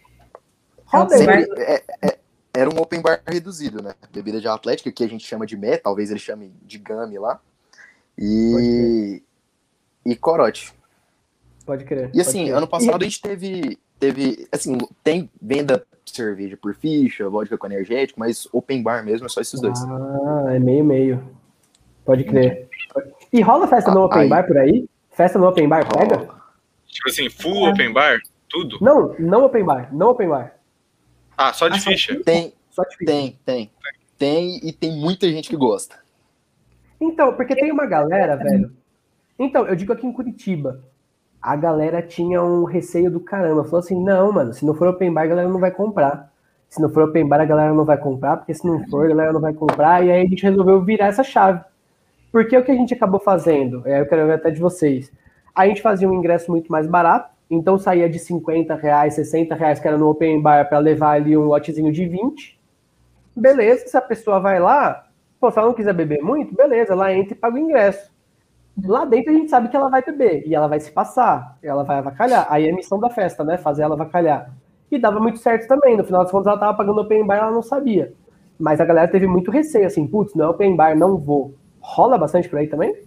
Era um Open Bar reduzido, né? Bebida de atlética, que a gente chama de mé, talvez eles chamem de gami lá. E corote. Pode crer. E assim, ano passado a gente teve, assim, tem venda de cerveja por ficha, vodka com energético, mas Open Bar mesmo é só esses dois. É meio. Pode crer. E rola festa no Open Bar por aí? Festa no Open Bar pega? Tipo assim, full Open Bar? Tudo? Não Open Bar. Ah, só de ficha? Tem Só difícil. Tem, e tem muita gente que gosta. Então, porque tem uma galera, velho. Então, eu digo aqui em Curitiba, a galera tinha um receio do caramba. Falou assim, não, mano, se não for open bar, a galera não vai comprar. Se não for open bar, a galera não vai comprar, porque se não for, a galera não vai comprar. E aí a gente resolveu virar essa chave. Porque o que a gente acabou fazendo, eu quero ver até de vocês, a gente fazia um ingresso muito mais barato, então saía de R$50, R$60, que era no open bar, para levar ali um lotezinho de 20. Beleza, se a pessoa vai lá, pô, se ela não quiser beber muito, beleza, ela entra e paga o ingresso. Lá dentro a gente sabe que ela vai beber, e ela vai se passar, ela vai avacalhar. Aí é a missão da festa, né, fazer ela avacalhar. E dava muito certo também, no final das contas ela tava pagando open bar, ela não sabia. Mas a galera teve muito receio, assim, putz, não é open bar, não vou. Rola bastante por aí também?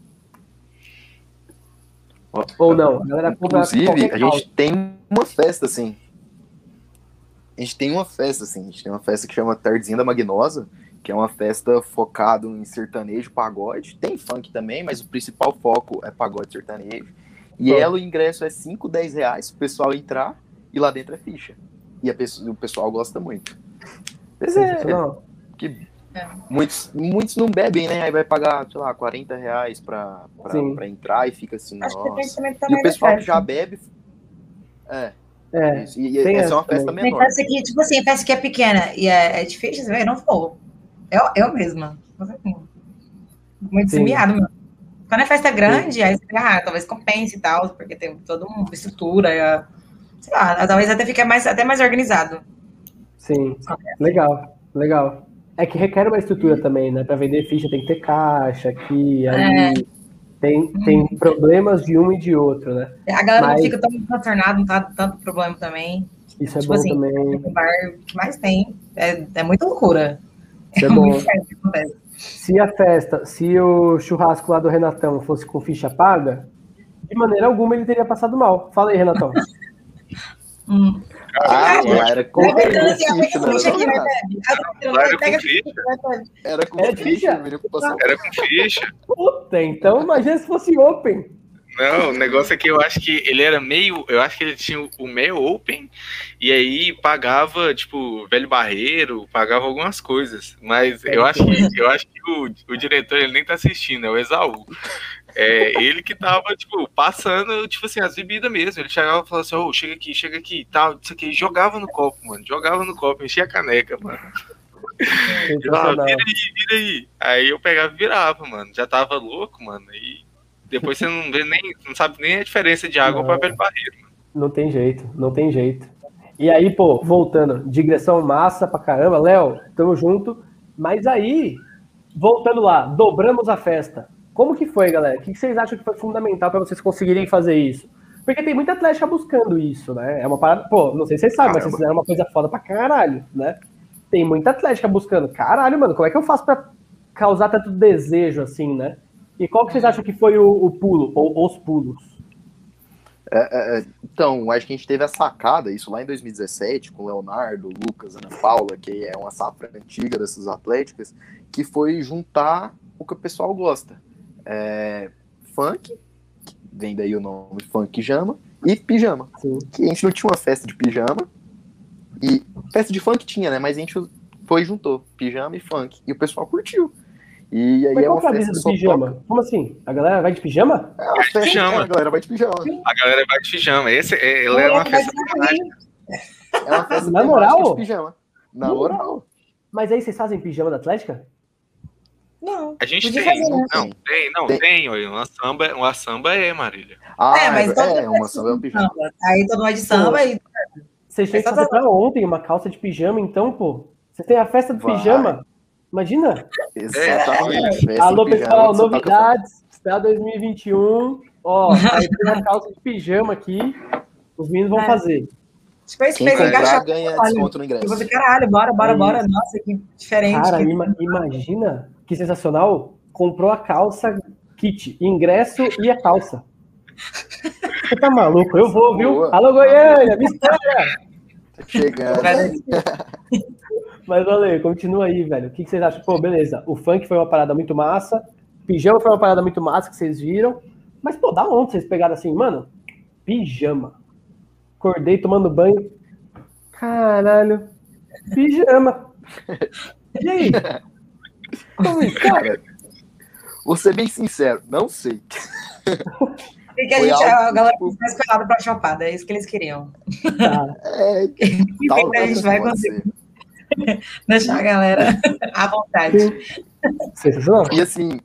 Ou não? A galera compra. Inclusive, a gente tem uma festa, assim. A gente tem uma festa que chama Tardezinha da Magnosa, que é uma festa focada em sertanejo, pagode. Tem funk também, mas o principal foco é pagode sertanejo. E ela, o ingresso é 5, 10 reais, o pessoal entrar, e lá dentro é ficha. E o pessoal gosta muito. Mas muitos não bebem, né? Aí vai pagar, sei lá, 40 reais pra entrar e fica assim, Acho nossa. que E o pessoal que já bebe... E essa é uma festa tem menor. festa que, tipo assim, festa que é pequena e é difícil, velho, não vou. Eu mesma. Muito semeado, mano. Quando é festa grande, aí você talvez compense e tal, porque tem toda uma estrutura, sei lá, talvez até fique até mais organizado. Sim, legal. É que requer uma estrutura também, né? Para vender ficha tem que ter caixa aqui, aí tem problemas de um e de outro, né? A galera não fica tão transtornada, não tá tanto problema também. Isso é bom também. O bar que mais tem é muita loucura. Isso é bom. Se o churrasco lá do Renatão fosse com ficha paga, de maneira alguma ele teria passado mal. Fala aí, Renatão. Era com ficha. Era com ficha. Puta, então imagina se fosse open. Não, o negócio é que eu acho que ele era meio... Eu acho que ele tinha o meio open, e aí pagava, tipo, velho barreiro, pagava algumas coisas. Mas eu acho que o diretor, ele nem tá assistindo, é o Esaú. É ele que tava, tipo, passando, tipo assim, as bebidas mesmo. Ele chegava e falava assim, chega aqui, tal, isso aqui. Jogava no copo, mano. Enchia a caneca, mano. Vira aí. Aí eu pegava e virava, mano. Já tava louco, mano. E depois você não sabe nem a diferença de água para velho barreiro, mano. Não tem jeito. E aí, pô, voltando, digressão massa pra caramba. Léo, tamo junto. Mas aí, voltando lá, dobramos a festa. Como que foi, galera? O que vocês acham que foi fundamental para vocês conseguirem fazer isso? Porque tem muita atlética buscando isso, né? É uma parada, pô, não sei se vocês sabem, mas vocês fizeram uma coisa foda pra caralho, né? Tem muita atlética buscando. Caralho, mano, como é que eu faço pra causar tanto desejo assim, né? E qual que vocês acham que foi o pulo, ou os pulos? Então, acho que a gente teve a sacada, isso lá em 2017, com o Leonardo, Lucas, Ana Paula, que é uma safra antiga dessas atléticas, que foi juntar o que o pessoal gosta. Funk, vem daí o nome funk jama, e pijama. Sim. Que a gente não tinha uma festa de pijama, e festa de funk tinha, né? Mas a gente juntou pijama e funk, e o pessoal curtiu. E aí mas qual é uma festa do pijama? Toca... Como assim? A galera vai de pijama? Pijama. A galera vai de pijama. Ela é uma festa É uma festa na moral? De pijama. Na moral. Mas aí vocês fazem pijama da Atlética? Não. A gente tem. Tem. Uma samba Marília. Mas uma samba é um pijama. Aí todo mundo de samba e... Vocês têm que fazer pra ontem uma calça de pijama, então, pô. Vocês têm a festa do pijama? Imagina. Exatamente. Alô, pessoal, novidades para 2021. Ó, aí tem a calça de pijama aqui. Os meninos vão fazer. Quem comprar ganha desconto no ingresso. Você, caralho, bora. Nossa, que diferente. Cara, imagina que sensacional. Comprou a calça, kit, ingresso e a calça. Você tá maluco? Eu vou, viu? Boa. Alô, Goiânia, me espera! Chegando. Mas, valeu, continua aí, velho. O que vocês acham? Pô, beleza. O funk foi uma parada muito massa. Pijama foi uma parada muito massa que vocês viram. Mas, pô, da onde vocês pegaram assim, mano? Pijama. Acordei tomando banho. Caralho. Pijama. E aí? Como isso? Cara, vou ser bem sincero, não sei. Porque a Foi gente, algo a galera tipo- tá esperada pra chopada, é isso que eles queriam. Tá. É, A gente talvez vai pode conseguir ser. deixar a galera à vontade. Sim. Sensacional. E assim,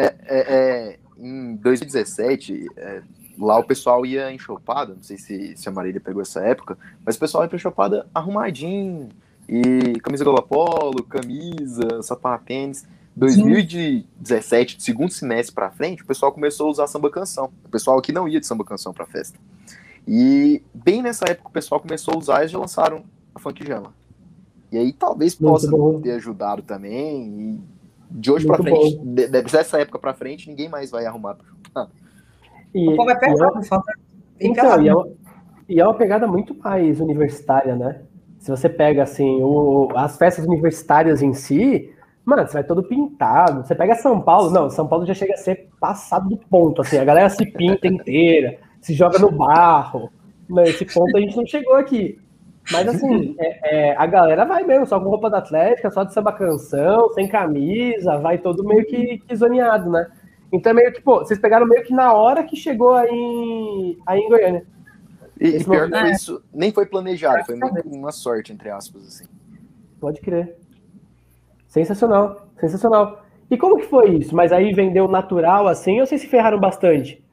em 2017, lá o pessoal ia em Chopada, não sei se a Marília pegou essa época, mas o pessoal ia pra Chopada arrumadinho, e camisa gola polo, camisa, sapatênis. 2017, do segundo semestre pra frente, o pessoal começou a usar samba canção. O pessoal aqui não ia de samba canção pra festa. E bem nessa época o pessoal começou a usar e já lançaram a Funk Jama. E aí talvez Muito possa bom. ter ajudado também. E de hoje pra Muito frente, bom. dessa época pra frente, ninguém mais vai arrumar. E, O povo é e pesado, falta bem então, pelado. e é uma pegada muito mais universitária, né? Se você pega, assim, as festas universitárias em si, mano, você vai todo pintado. Você pega São Paulo, não, São Paulo já chega a ser passado do ponto, assim, a galera se pinta inteira, se joga no barro. Nesse ponto a gente não chegou aqui. Mas, assim, a galera vai mesmo, só com roupa da Atlética, só de samba canção, sem camisa, vai todo meio que zoneado, né? Então é meio que, pô, vocês pegaram meio que na hora que chegou aí em Goiânia. E Esse pior que movimento- foi isso, nem foi planejado, foi meio que uma sorte, entre aspas, assim. Pode crer. Sensacional, sensacional. E como que foi isso? Mas aí vendeu natural assim ou vocês se ferraram bastante?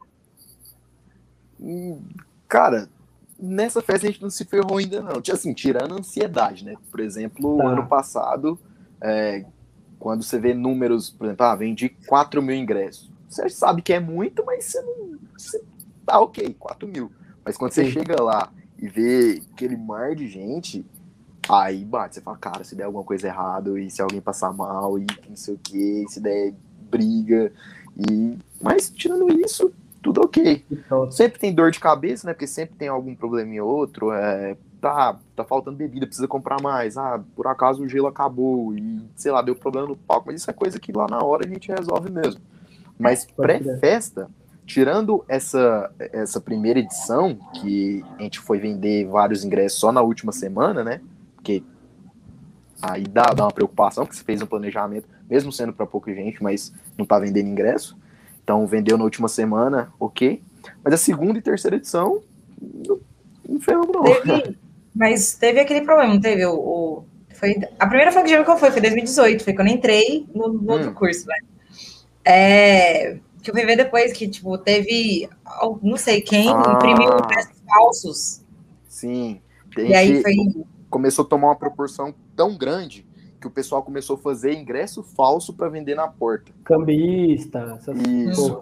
Cara, nessa festa a gente não se ferrou ainda não. Assim, tirando a ansiedade, né? Por exemplo, Tá. ano passado, quando você vê números, por exemplo, vendi 4 mil ingressos. Você sabe que é muito, mas você não... tá ok, 4 mil. Mas quando você Sim. chega lá e vê aquele mar de gente, aí bate, você fala, cara, se der alguma coisa errada, e se alguém passar mal, e não sei o que, se der briga, mas tirando isso, tudo ok. Então, Sempre tem dor de cabeça, né, porque sempre tem algum probleminha ou outro, tá faltando bebida, precisa comprar mais, por acaso o gelo acabou, e sei lá, deu problema no palco, mas isso é coisa que lá na hora a gente resolve mesmo. Mas Pode crer. pré-festa, tirando essa primeira edição, que a gente foi vender vários ingressos só na última semana, né? Porque aí dá uma preocupação, porque você fez um planejamento, mesmo sendo para pouca gente, mas não tá vendendo ingresso. Então vendeu na última semana, ok. Mas a segunda e terceira edição, não ferramos não. Mas teve aquele problema, não teve? Foi, a primeira Funk Jam que eu fui foi em 2018, foi quando eu entrei no outro curso, né? Que eu fui ver depois que, tipo, teve, não sei quem, imprimiu ingressos falsos. Sim. E aí foi... Começou a tomar uma proporção tão grande que o pessoal começou a fazer ingresso falso para vender na porta. cambista, essas Isso.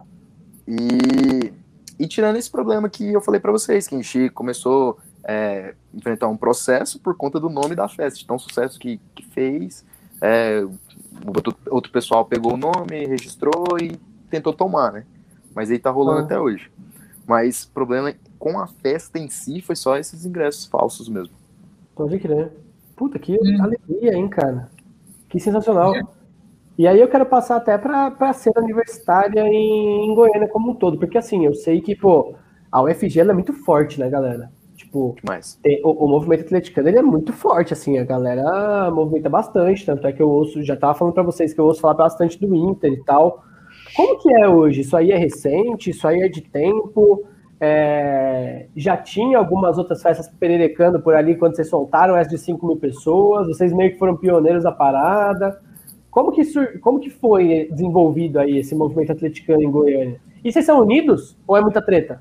E tirando esse problema que eu falei para vocês, que a gente começou a enfrentar um processo por conta do nome da festa, de tão sucesso que fez. Outro pessoal pegou o nome, registrou e tentou tomar, né? Mas aí tá rolando até hoje. Mas o problema com a festa em si foi só esses ingressos falsos mesmo. Pode crer. Puta, que alegria, hein, cara? Que sensacional. E aí eu quero passar até pra cena universitária em Goiânia como um todo, porque assim, eu sei que, pô, a UFG ela é muito forte, né, galera? Tipo, Demais. o movimento atleticano ele é muito forte, assim, a galera movimenta bastante, tanto é que eu ouço, já tava falando pra vocês que eu ouço falar bastante do Inter e tal. Como que é hoje? Isso aí é recente? Isso aí é de tempo? Já tinha algumas outras festas pererecando por ali quando vocês soltaram essa de 5 mil pessoas? Vocês meio que foram pioneiros da parada? Como que foi desenvolvido aí esse movimento atleticano em Goiânia? E vocês são unidos ou é muita treta?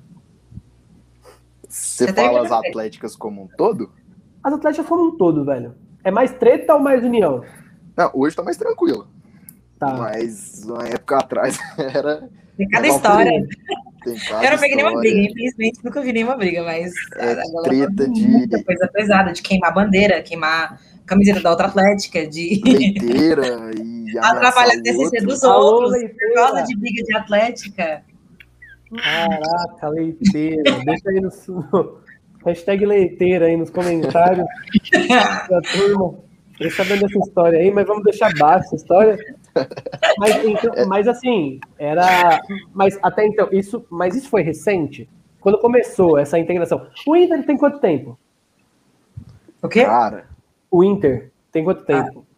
Você fala as atléticas como um todo? As atléticas como um todo, velho. É mais treta ou mais união? Não, hoje tá mais tranquilo. Tá. Mas uma época atrás era... Tem cada história. Eu não peguei nenhuma briga, infelizmente nunca vi nenhuma briga, mas treta de muita coisa pesada, de queimar bandeira, queimar camiseta da outra atlética, de leiteira e atrapalhar a TCC dos outros, por causa de briga de atlética. Caraca, leiteira. Deixa aí no hashtag leiteira aí nos comentários da turma. Eu sabendo dessa história aí, mas vamos deixar baixo essa história. Mas assim, mas até então, isso foi recente? Quando começou essa integração? O Inter tem quanto tempo? O quê? Cara, O Inter tem quanto tempo?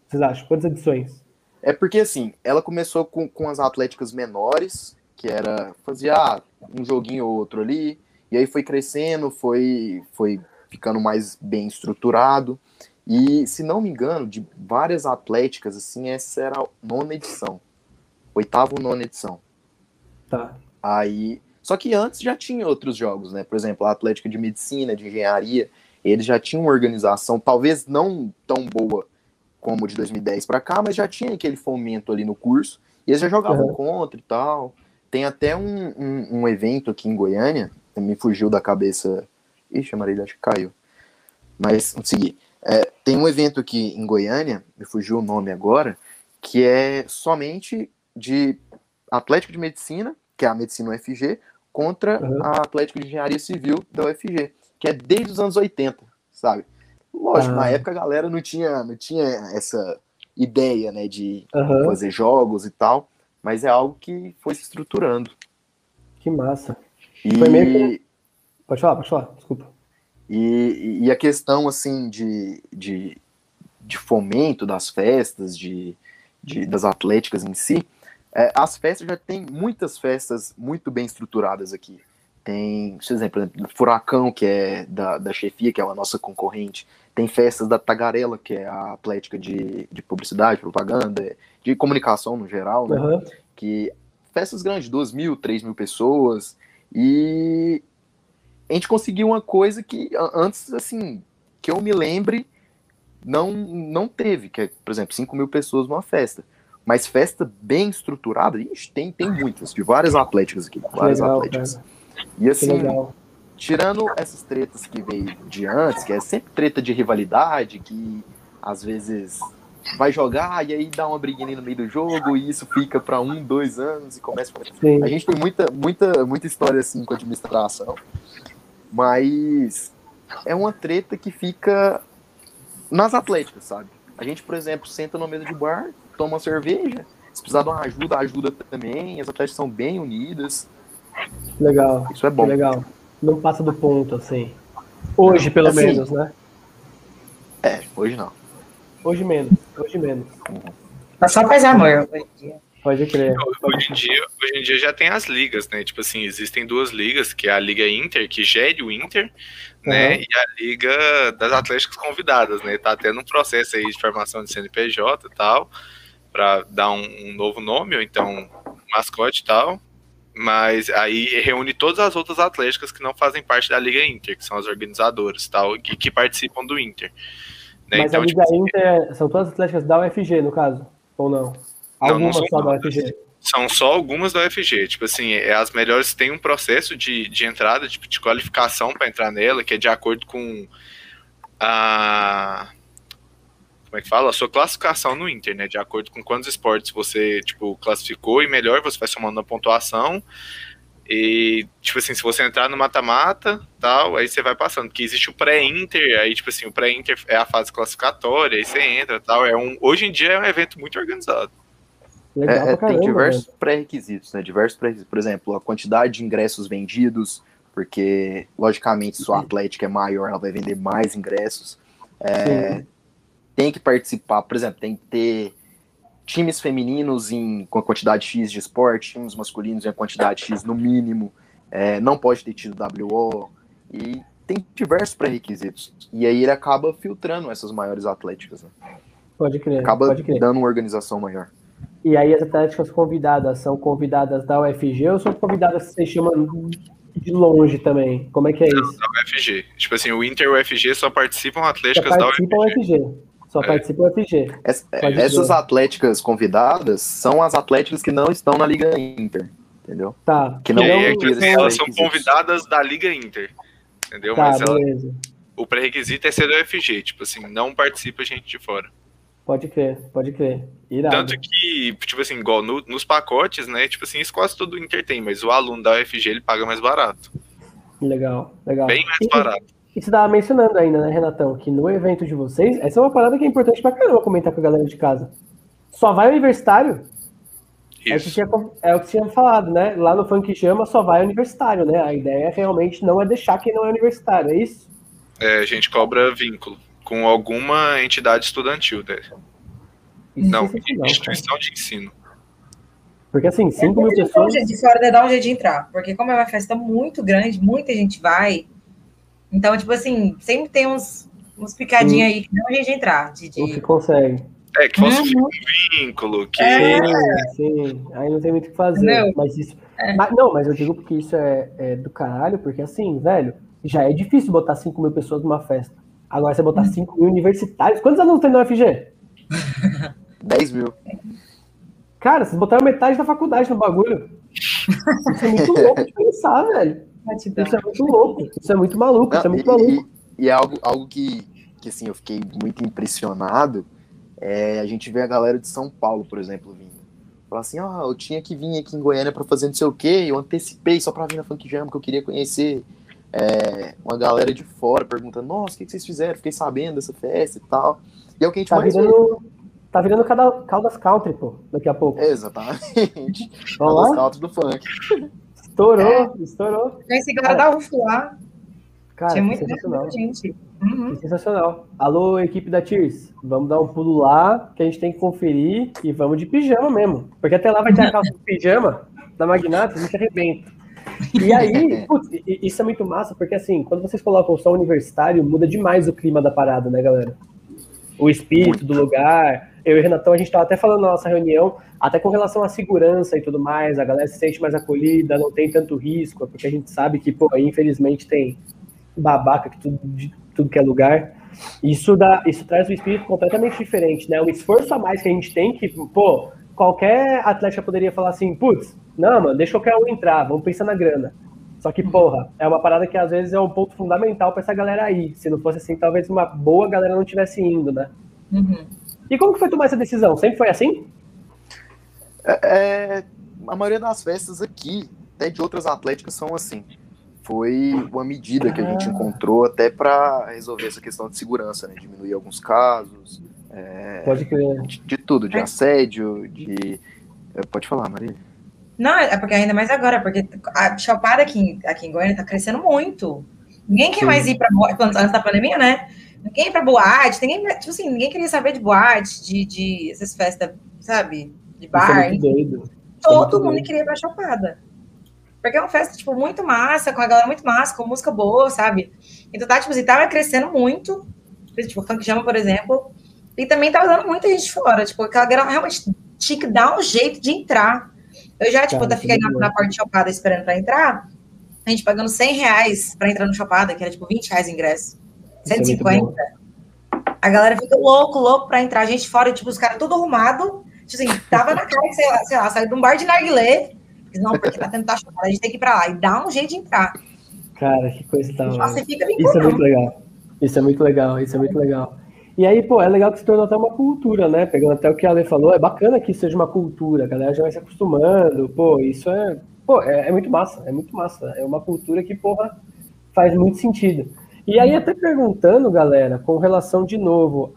Vocês acham? Quantas edições? É porque, assim, ela começou com as atléticas menores, que fazia um joguinho ou outro ali, e aí foi crescendo, foi ficando mais bem estruturado, e, se não me engano, de várias atléticas, assim, essa era a 9ª edição. 8ª ou 9ª edição. Tá. Aí, só que antes já tinha outros jogos, né? Por exemplo, a Atlética de Medicina, de Engenharia, eles já tinham uma organização, talvez não tão boa como de 2010 para cá, mas já tinha aquele fomento ali no curso, e eles já jogavam contra e tal. Tem até um evento aqui em Goiânia, me fugiu da cabeça. Ixi, a Marília acho que caiu. Mas, vamos seguir. Tem um evento aqui em Goiânia, me fugiu o nome agora, que é somente de Atlética de Medicina, que é a Medicina UFG, contra a Atlética de Engenharia Civil da UFG, que é desde os anos 80, sabe? Lógico, na época a galera não tinha essa ideia, né, de fazer jogos e tal, mas é algo que foi se estruturando. Que massa. Foi meio que... Pode falar, desculpa. E a questão, assim, de fomento das festas, das atléticas em si, as festas já tem muitas festas muito bem estruturadas aqui. Tem, por exemplo, Furacão, que é da chefia, que é a nossa concorrente. Tem festas da Tagarela, que é a atlética de publicidade, propaganda, de comunicação no geral, né? Que festas grandes, 2.000, 3.000 pessoas. E a gente conseguiu uma coisa que antes, assim, que eu me lembre, não teve, que é, por exemplo, 5.000 pessoas numa festa. Mas festa bem estruturada, tem muitas, de várias atléticas aqui, várias atléticas. Cara. E assim, tirando essas tretas que veio de antes, que é sempre treta de rivalidade, que às vezes vai jogar e aí dá uma briguinha no meio do jogo e isso fica para 1, 2 anos e começa a... A gente tem muita história assim com a administração, mas é uma treta que fica nas atléticas, sabe? A gente, por exemplo, senta numa mesa de bar, toma uma cerveja, se precisar de uma ajuda também, as atléticas são bem unidas. Legal. Isso é bom. Legal. Não passa do ponto, assim. Hoje, pelo menos, né? Hoje não. Hoje menos. Tá só paz e amor. Pode crer. Hoje em dia já tem as ligas, né? Tipo assim, existem 2 ligas, que é a Liga Inter, que gere o Inter, né? E a Liga das Atléticas Convidadas, né? Tá tendo um processo aí de formação de CNPJ e tal, pra dar um novo nome, ou então mascote e tal. Mas aí reúne todas as outras atléticas que não fazem parte da Liga Inter, que são as organizadoras e tal, que participam do Inter. Né? Mas então, a Liga Inter são todas as atléticas da UFG, no caso? Ou não? Algumas só da UFG? São só algumas da UFG. Tipo assim, as melhores têm um processo de entrada, de qualificação para entrar nela, que é de acordo com a... Como é que fala? A sua classificação no Inter, né? De acordo com quantos esportes você, classificou, e melhor, você vai somando a pontuação. E, assim, se você entrar no mata-mata, tal, aí você vai passando. Porque existe o pré-Inter, aí, o pré-Inter é a fase classificatória, aí você entra, tal. Hoje em dia é um evento muito organizado. Legal pra caramba, tem diversos pré-requisitos, né? Por exemplo, a quantidade de ingressos vendidos, porque, logicamente, se sua atlética é maior, ela vai vender mais ingressos. Tem que participar, por exemplo, tem que ter times femininos com a quantidade X de esporte, times masculinos em a quantidade X no mínimo, não pode ter tido WO, e tem diversos pré-requisitos. E aí ele acaba filtrando essas maiores atléticas, né? Pode crer. Acaba dando uma organização maior. E aí as atléticas convidadas são convidadas da UFG ou são convidadas que vocês chamam de longe também? Como é que é isso? Da UFG. O Inter e o UFG só participam atléticas da UFG. Só participa o UFG. Essas atléticas convidadas são as atléticas que não estão na Liga Inter, entendeu? Tá. Que não elas são convidadas da Liga Inter, entendeu? Tá, mas beleza. O pré-requisito é ser da UFG, não participa gente de fora. Pode crer. Irado. Tanto que, igual nos pacotes, né, isso quase todo o Inter tem, mas o aluno da UFG, ele paga mais barato. Legal. Bem mais barato. E você estava mencionando ainda, né, Renatão, que no evento de vocês, essa é uma parada que é importante pra caramba comentar com a galera de casa. Só vai universitário? Isso. É o que você tinha falado, né? Lá no Funk Chama só vai universitário, né? A ideia realmente não é deixar quem não é universitário, é isso? A gente cobra vínculo com alguma entidade estudantil dele. Isso Não, é sensacional, cara. instituição de ensino. Porque assim, 5 mil pessoas. De fora dá um jeito de entrar. Porque como é uma festa muito grande, muita gente vai. Então, tipo assim, sempre tem uns picadinhos aí que dá um jeito de entrar. Não se consegue. É, que falsifica um vínculo, que... Sim. Aí não tem muito o que fazer. Entendeu? Mas isso. Mas eu digo porque isso é do caralho, porque assim, velho, já é difícil botar 5 mil pessoas numa festa. Agora você botar 5 mil universitários. Quantos alunos tem na UFG? 10 mil. Cara, vocês botaram metade da faculdade no bagulho. Isso é muito louco de pensar, velho. Isso é muito louco. Isso é muito maluco. Não, isso é muito maluco. E é algo que assim, eu fiquei muito impressionado. A gente vê a galera de São Paulo, por exemplo, vindo. Falar assim, eu tinha que vir aqui em Goiânia pra fazer não sei o quê, eu antecipei só pra vir na Funk Jam, que eu queria conhecer. Uma galera de fora perguntando, nossa, o que vocês fizeram? Fiquei sabendo dessa festa e tal. E é o que a gente mais vê. Tá virando Caldas Country, pô, daqui a pouco. Exatamente. Caldas Country do funk. Estourou. Tem esse cara da UF lá. Cara, tinha muita sensacional. gente. Sensacional. Alô, equipe da Tears, vamos dar um pulo lá, que a gente tem que conferir e vamos de pijama mesmo. Porque até lá vai ter a calça de pijama da Magnata, a gente arrebenta. E aí, putz, isso é muito massa, porque assim, quando vocês colocam o som universitário, muda demais o clima da parada, né, galera? O espírito do lugar. Eu e o Renatão, a gente tava até falando na nossa reunião, até com relação à segurança e tudo mais, a galera se sente mais acolhida, não tem tanto risco, porque a gente sabe que, pô, infelizmente tem babaca de tudo que é lugar. Isso traz um espírito completamente diferente, né? Um esforço a mais que a gente tem que, pô, qualquer atleta poderia falar assim, putz, não, mano, deixa qualquer um entrar, vamos pensar na grana. Só que, porra, é uma parada que às vezes é um ponto fundamental pra essa galera aí. Se não fosse assim, talvez uma boa galera não tivesse indo, né? E como que foi tomar essa decisão? Sempre foi assim? A maioria das festas aqui, até de outras atléticas, são assim. Foi uma medida que a gente encontrou até para resolver essa questão de segurança, né? Diminuir alguns casos. Pode crer. De tudo, de assédio, de... Pode falar, Marília. Não, é porque ainda mais agora, porque a Chopada aqui em Goiânia tá crescendo muito. Ninguém quer mais ir pra boate, antes da pandemia, né? Ninguém ia pra boate, ninguém queria saber de boate, de essas festas, sabe? De bar. Isso é muito doido. Todo mundo queria ir pra Chopada. Porque é uma festa, tipo, muito massa, com a galera muito massa, com música boa, sabe? Então tá, tipo assim, tava crescendo muito, tipo, Funk Jam, por exemplo, e também tava dando muita gente fora, tipo, aquela galera realmente tinha que dar um jeito de entrar. Eu já, tipo, fiquei na porta de Chopada esperando pra entrar, a gente pagando R$100 pra entrar no Chopada, que era, tipo, R$20 o ingresso, 150. A galera fica louco pra entrar, a gente fora, tipo, os caras tudo arrumado, tipo assim, tava na cara, sei lá, saiu de um bar de narguilé. Não, porque tá tendo Chopada, a gente tem que ir pra lá e dá um jeito de entrar. Cara, que coisa tal. Nossa, fica Isso é muito legal. Isso é muito legal. E aí, pô, é legal que se tornou até uma cultura, né? Pegando até o que a Ale falou, é bacana que isso seja uma cultura, a galera já vai se acostumando, pô, isso é muito massa, é uma cultura que, porra, faz muito sentido. E aí, até perguntando, galera, com relação de novo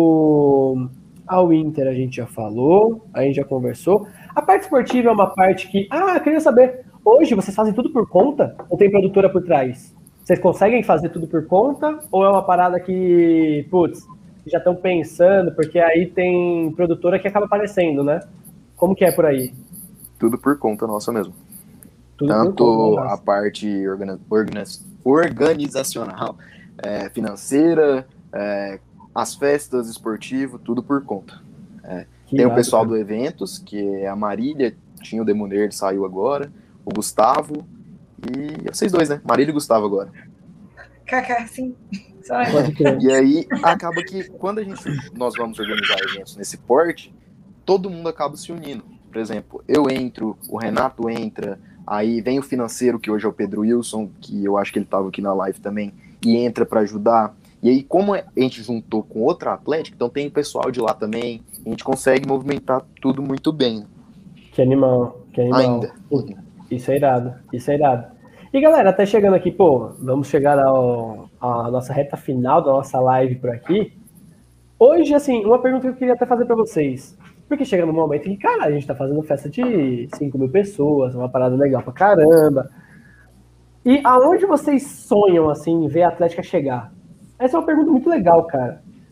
ao Inter, a gente já falou, a gente já conversou. A parte esportiva é uma parte que... eu queria saber, hoje vocês fazem tudo por conta ou tem produtora por trás? Vocês conseguem fazer tudo por conta ou é uma parada que, putz, já estão pensando, porque aí tem produtora que acaba aparecendo, né? Como que é por aí? Tudo por conta nossa mesmo. Tudo Tanto por conta, a parte organizacional, financeira, as festas, esportivo, tudo por conta. Tem o pessoal do eventos, que é a Marília, tinha o Demuner, ele saiu agora, o Gustavo e vocês dois, né? Marília e Gustavo agora. Cacá, sim. E aí, acaba que quando nós vamos organizar eventos nesse porte, todo mundo acaba se unindo. Por exemplo, eu entro, o Renato entra, aí vem o financeiro, que hoje é o Pedro Wilson, que eu acho que ele estava aqui na live também, e entra para ajudar. E aí, como a gente juntou com outra atlética, então tem o pessoal de lá também, a gente consegue movimentar tudo muito bem. Que animal. Ainda. Isso é irado. E galera, até chegando aqui, pô, vamos chegar à nossa reta final da nossa live por aqui. Hoje, assim, uma pergunta que eu queria até fazer pra vocês. Porque chega no momento em que, cara, a gente tá fazendo festa de 5 mil pessoas, uma parada legal pra caramba. E aonde vocês sonham, assim, ver a Atlética chegar? Essa é uma pergunta muito legal, cara.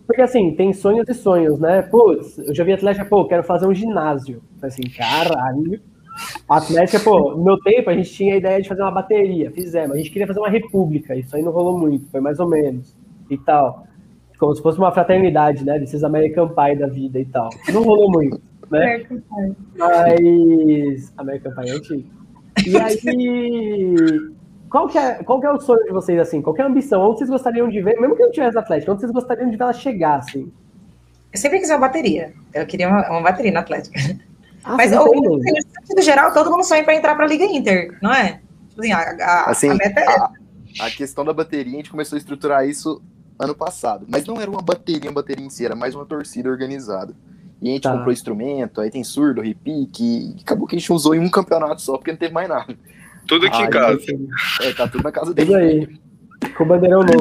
Porque assim, tem sonhos e sonhos, né? Putz, eu já vi Atlética, quero fazer um ginásio. Assim, caralho. Atlética, no meu tempo a gente tinha a ideia de fazer uma bateria, fizemos. A gente queria fazer uma república, isso aí não rolou muito, foi mais ou menos, e tal. Como se fosse uma fraternidade, né? Desses American Pie da vida e tal. Não rolou muito, né? Mas... American Pie é antigo. E aí... Qual que é o sonho de vocês, assim? Qual que é a ambição? Onde vocês gostariam de ver, mesmo que não tivesse Atlética, onde vocês gostariam de ver ela chegar, assim? Eu sempre quis uma bateria. Eu queria uma bateria na Atlética. Mas no sentido geral, todo mundo sonha para entrar para a Liga Inter, não é? Tipo assim, a meta é... A questão da bateria, a gente começou a estruturar isso ano passado. Mas não era uma bateria em si, era mais uma torcida organizada. E a gente comprou instrumento, aí tem surdo, repique, e acabou que a gente usou em um campeonato só, porque não teve mais nada. Tudo aqui em casa. Tá tudo na casa dele. Tudo aí, com o bandeirão novo.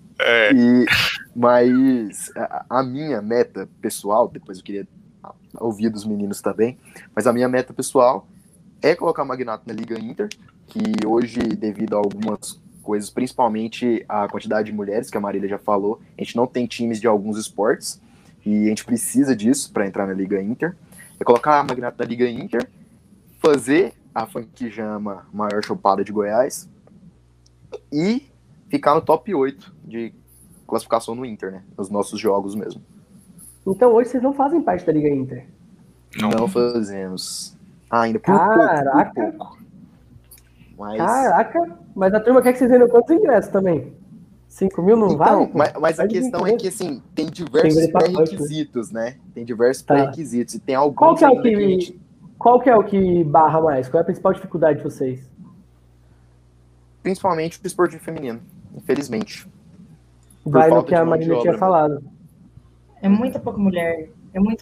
Mas a minha meta pessoal, depois eu queria ouvir dos meninos também, mas a minha meta pessoal é colocar Magnato na Liga Inter, que hoje, devido a algumas coisas, principalmente a quantidade de mulheres, que a Marília já falou, a gente não tem times de alguns esportes, e a gente precisa disso para entrar na Liga Inter. É colocar a Magnato na Liga Inter, fazer a Funk Jama maior chopada de Goiás e ficar no top 8 de classificação no Inter, né? Nos nossos jogos mesmo. Então hoje vocês não fazem parte da Liga Inter? Não fazemos. Ainda por pouco. Caraca, mas a turma quer que vocês vendam quantos ingressos também? 5 mil não vale? Mas a questão é que, assim, tem diversos pré-requisitos, né? Tem diversos pré-requisitos. E tem alguns... Qual que é o que barra mais? Qual é a principal dificuldade de vocês? Principalmente o esporte feminino, infelizmente. Vai no que a Marília tinha falado. É muito pouca mulher. Eu não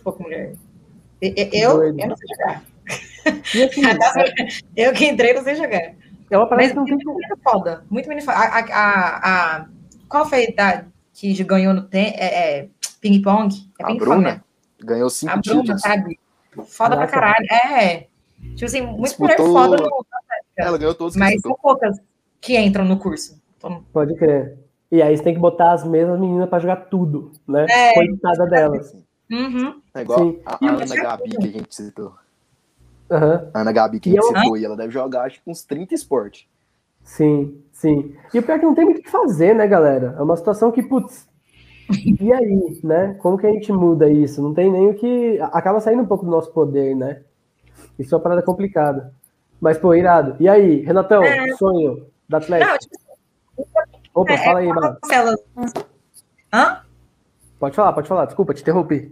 sei jogar. E assim, eu que entrei, não sei jogar. É uma parada que não tem muito foda. Muito foda. Qual foi a que ganhou no ping-pong? A Bruna ganhou 5 títulos. Sabe? Foda pra caralho. Tipo assim, muito mulher foda no... Ela ganhou todos. Mas são poucas que entram no curso. Então... Pode crer. E aí você tem que botar as mesmas meninas pra jogar tudo, né? Coitada delas. Uhum. É igual a Ana Gabi que a gente citou. A Ana Gabi que a gente citou, e ela deve jogar, acho que uns 30 esportes. Sim. E o pior é que não tem muito o que fazer, né, galera? É uma situação que, putz, e aí, né? Como que a gente muda isso? Não tem nem o que... Acaba saindo um pouco do nosso poder, né? Isso é uma parada complicada. Mas, irado. E aí, Renatão, sonho da Atlética? Não, tipo... Opa, fala aí, mano. Hã? Pode falar. Desculpa, te interrompi.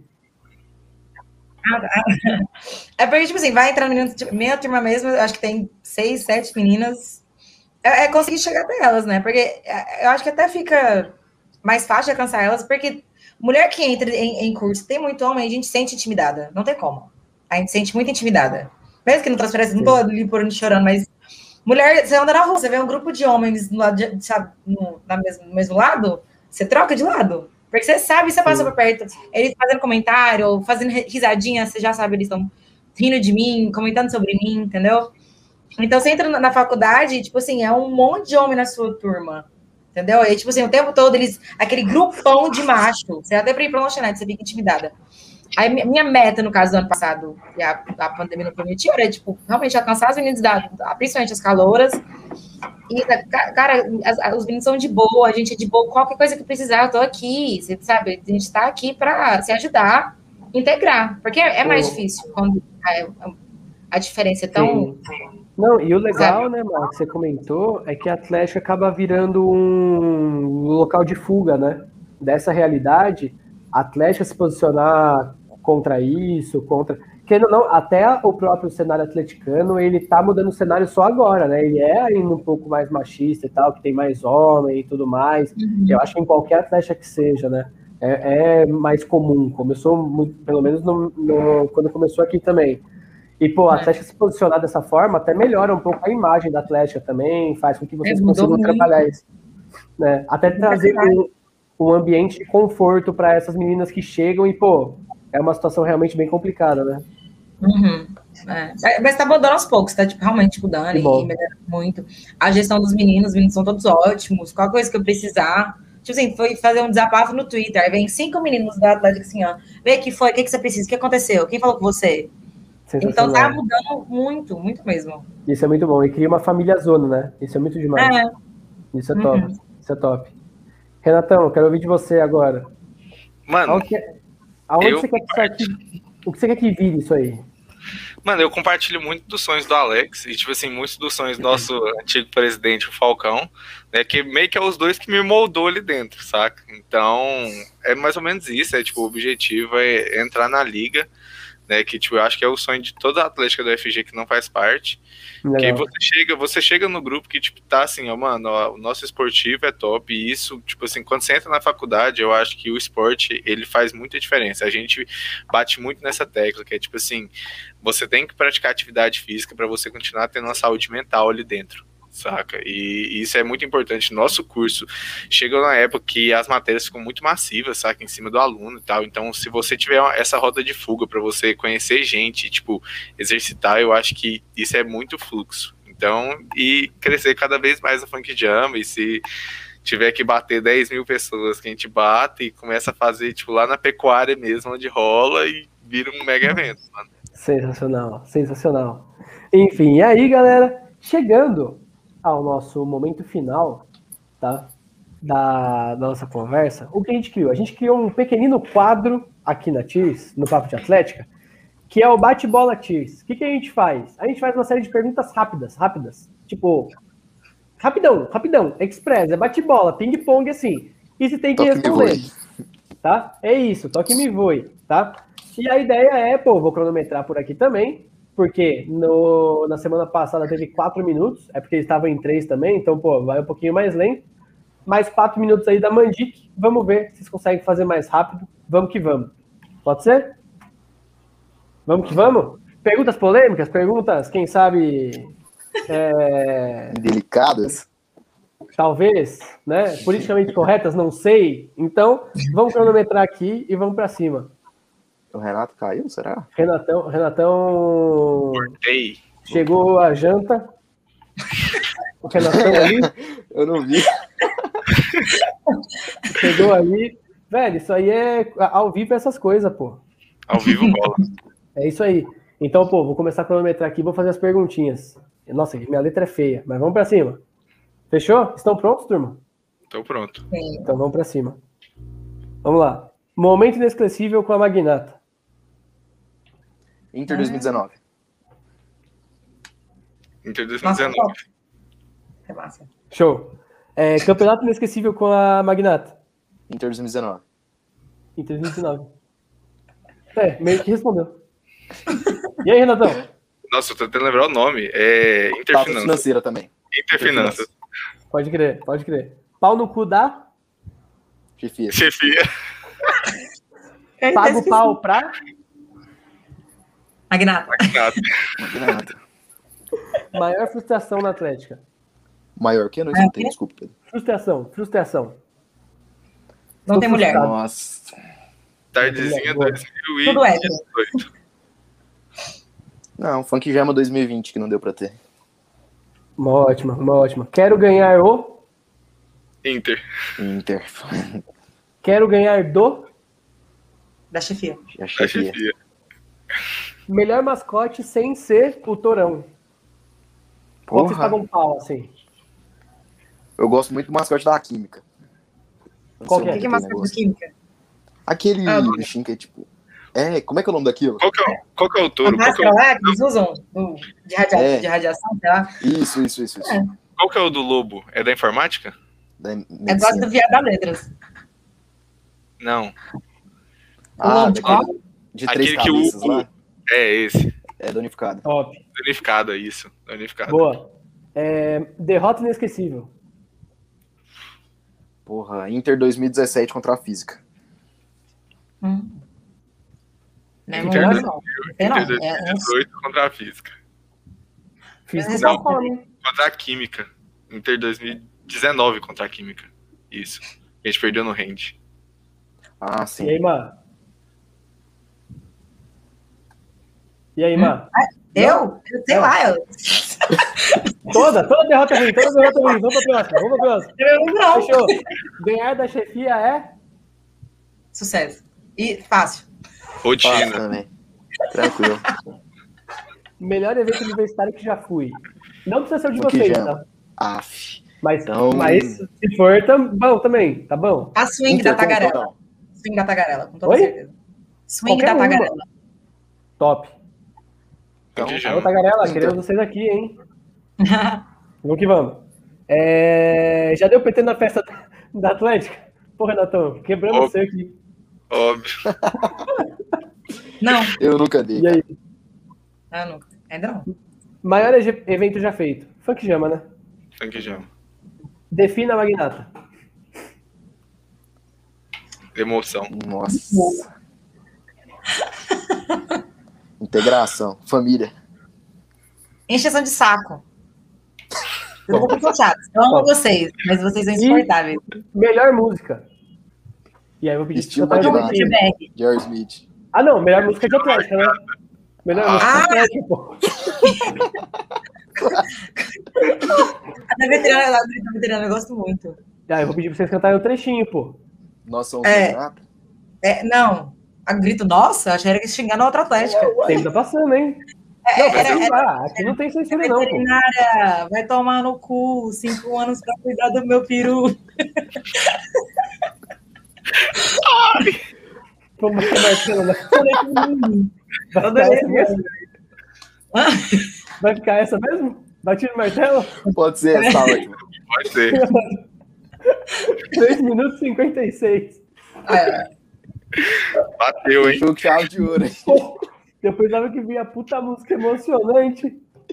É porque, tipo assim, vai entrar minha turma mesmo, eu acho que tem 6, 7 meninas. Conseguir chegar até elas, né? Porque eu acho que até fica mais fácil de alcançar elas, porque mulher que entra em curso, tem muito homem, a gente sente intimidada. Não tem como. A gente sente muito intimidada. Mesmo que não transferência, não tô ali por onde chorando, mas mulher, você anda na rua, você vê um grupo de homens no mesmo lado, você troca de lado. Porque você sabe, você passa por perto, eles fazendo comentário, ou fazendo risadinha, você já sabe, eles estão rindo de mim, comentando sobre mim, entendeu? Então, você entra na faculdade, tipo assim, é um monte de homem na sua turma, entendeu? E, tipo assim, o tempo todo, aquele grupão de macho, você até pra ir pra lanchonete, você fica intimidada. Aí, minha meta, no caso do ano passado, que a pandemia não permitiu, era, tipo, realmente alcançar as meninas, principalmente as calouras. E, cara, os meninos são de boa, a gente é de boa, qualquer coisa que precisar, eu tô aqui, você sabe? A gente tá aqui pra se ajudar, integrar, porque é mais difícil quando a diferença é tão... Não, e o legal, né, Marcos, que você comentou, é que a Atlética acaba virando um local de fuga, né? Dessa realidade, a Atlética se posicionar contra isso, querendo ou não, até o próprio cenário atleticano, ele tá mudando o cenário só agora, né? Ele é ainda um pouco mais machista e tal, que tem mais homem e tudo mais. Eu acho que em qualquer Atlética que seja, né? É mais comum. Começou, pelo menos quando começou aqui também. E, a Atlética se posicionar dessa forma até melhora um pouco a imagem da Atlética também, faz com que vocês consigam trabalhar isso. Né? Até trazer um ambiente de conforto para essas meninas que chegam e, é uma situação realmente bem complicada, né? Mas tá mudando aos poucos, tá realmente mudando e melhorando muito. A gestão dos meninos, os meninos são todos ótimos, qualquer coisa que eu precisar, Tipo assim, foi fazer um desabafo no Twitter. Aí vem 5 meninos da Atlético assim, ó. Vê que foi, o que você precisa, o que aconteceu? Quem falou com você? Então tá mudando muito, muito mesmo. Isso é muito bom. E cria uma família zona, né? Isso é muito demais. Isso é top. Isso é top. Renatão, quero ouvir de você agora. Mano, aonde você quer o que você quer que vire isso aí? Mano, eu compartilho muito dos sonhos do Alex e, tipo assim, muitos dos sonhos do nosso antigo presidente, o Falcão, né, que meio que é os dois que me moldou ali dentro, saca? Então, é mais ou menos isso, tipo, o objetivo é entrar na liga, né, que, tipo, eu acho que é o sonho de toda a Atlética do FG que não faz parte. Legal. Que você chega no grupo que, tipo, tá assim, ó, mano, ó, o nosso esportivo é top, e isso, tipo assim, quando você entra na faculdade, eu acho que o esporte, ele faz muita diferença. A gente bate muito nessa tecla, que é, tipo assim, você tem que praticar atividade física para você continuar tendo uma saúde mental ali dentro, saca? E isso é muito importante. Nosso curso chega na época que as matérias ficam muito massivas, saca? Em cima do aluno e tal. Então, se você tiver essa roda de fuga para você conhecer gente, tipo, exercitar, eu acho que isso é muito fluxo. Então, e crescer cada vez mais a Funk Jam, e se tiver que bater 10 mil pessoas, que a gente bate e começa a fazer, tipo, lá na pecuária mesmo, onde rola e vira um mega evento, mano. Sensacional, sensacional. Enfim, e aí, galera, chegando ao nosso momento final, tá? Da nossa conversa, o que a gente criou? A gente criou um pequenino quadro aqui na Tears, no Papo de Atlética, que é o bate-bola Tears. O que a gente faz? A gente faz uma série de perguntas rápidas. Tipo, rapidão, express, é bate-bola, ping-pong, assim. E você tem que responder, tá? É isso, toque me voe, tá? E a ideia é, vou cronometrar por aqui também, porque na semana passada teve 4 minutos, é porque eles estavam em 3 também, então, vai um pouquinho mais lento. Mais 4 minutos aí da Mandic, vamos ver se vocês conseguem fazer mais rápido. Vamos que vamos. Pode ser? Vamos que vamos? Perguntas polêmicas, perguntas, quem sabe... Delicadas? Talvez, né? Politicamente corretas, não sei. Então, vamos cronometrar aqui e vamos para cima. O Renato caiu, será? Renatão Cortei. Chegou a janta. O Renatão ali. Eu não vi. Chegou ali. Velho, isso aí é ao vivo essas coisas, pô. Ao vivo bola. É isso aí. Então, vou começar a cronometrar aqui e vou fazer as perguntinhas. Nossa, minha letra é feia, mas vamos para cima. Fechou? Estão prontos, turma? Tô pronto. Então vamos para cima. Vamos lá. Momento inesquecível com a Magnata. Inter 2019. Inter 2019. É massa. Show. Campeonato inesquecível com a Magnata. Inter 2019. Inter 2019. Meio que respondeu. E aí, Renatão? Nossa, eu tô tentando lembrar o nome. É Taça Interfinanças. financeira também. Interfinanças. Pode crer. Pau no cu da? Chefia. Paga o pau pra? Magnata. Magnata. Maior frustração na Atlética. Maior que eu não escutei, desculpa, Pedro. Frustração. Não tem mulher. Nossa. Tardezinha Tudo hétero. 2018. Não, Funk Jam 2020 que não deu pra ter. Uma ótima. Quero ganhar o... Inter. Quero ganhar do... Da chefia. A A chefia. chefia. Melhor mascote sem ser o Torão. Qual que vocês pagam pau, assim? Eu gosto muito do mascote da Química. Não Qual sei que O que é aquele mascote negócio. de química? Aquele bichinho que é tipo... como é que é o nome daquilo? Qual que é o A touro? máscara lá que eles usam de radiação, sei lá. Isso. Qual que é o do lobo? É da informática? Da É quase medicina. do viado da letras. Não. O lobo de daquele- qual? de 3 Aquele que o- cabeças lá. É esse. É da Unificada. Top. Danificada, isso. Danificada. Boa. Derrota inesquecível. Porra, Inter 2017 contra a Física. Não é Inter muito não. Sei não. Inter É, 2018 contra a física. Física Não. só fome. Contra a química. Inter 2019 contra a química. Isso. A gente perdeu no range. Ah, E sim. aí, mano? E aí, Má? Eu sei lá. Toda derrota ruim, toda derrota ruim. Vamos pra próxima. Não. Fechou. Ganhar da chefia é? Sucesso. E fácil. Rotina. também. Tranquilo. Melhor evento universitário que já fui. Não precisa ser o de O que vocês, já? tá? Aff. Mas, Então- mas se for, bom também, tá bom? A swing da Intercontinental. Tagarela. Swing da Tagarela, com toda Oi? certeza. Swing Qualquer da uma. Tagarela. Top. Então, Funk Alô, Jama. Tagarela, queremos vocês aqui, hein? Vamos que vamos. Já deu PT na festa da Atlética? Pô, Renatão, quebramos Opa. você aqui. Óbvio. Não, eu nunca dei. E aí? nunca. Ainda não. Maior evento já feito. Funk Jama, né? Funk Jama. Defina a Magnata. Emoção. Nossa. Integração. Família. Encheção de saco. Eu vou ficar chato. Eu amo vocês, mas vocês são insuportáveis. Melhor música. E aí eu vou pedir Estilo pra você cantar Magnata. juntinho. Feedback. Jerry Smith. Ah, não, melhor música de Atlética, né? Melhor música de Atlética, pô. A da veterana eu gosto muito. Ah, eu vou pedir pra vocês cantarem o trechinho, pô. Nós somos É. Magnata. Não, a grito, nossa, achei que era xingar na outra Atlética. Sempre tá passando, hein? Aqui não tem censura, não, pô. Veterinária, vai tomar no cu, 5 anos pra cuidar do meu peru. Pô, mas Marcelo, vai ficar essa mesmo? Vai ficar essa mesmo? Batido no martelo? Pode ser, tá ótimo. Pode ser. 3 minutos e 56. Bateu, hein? Fechou com chave de ouro. Pô, eu pensava que vinha puta música emocionante.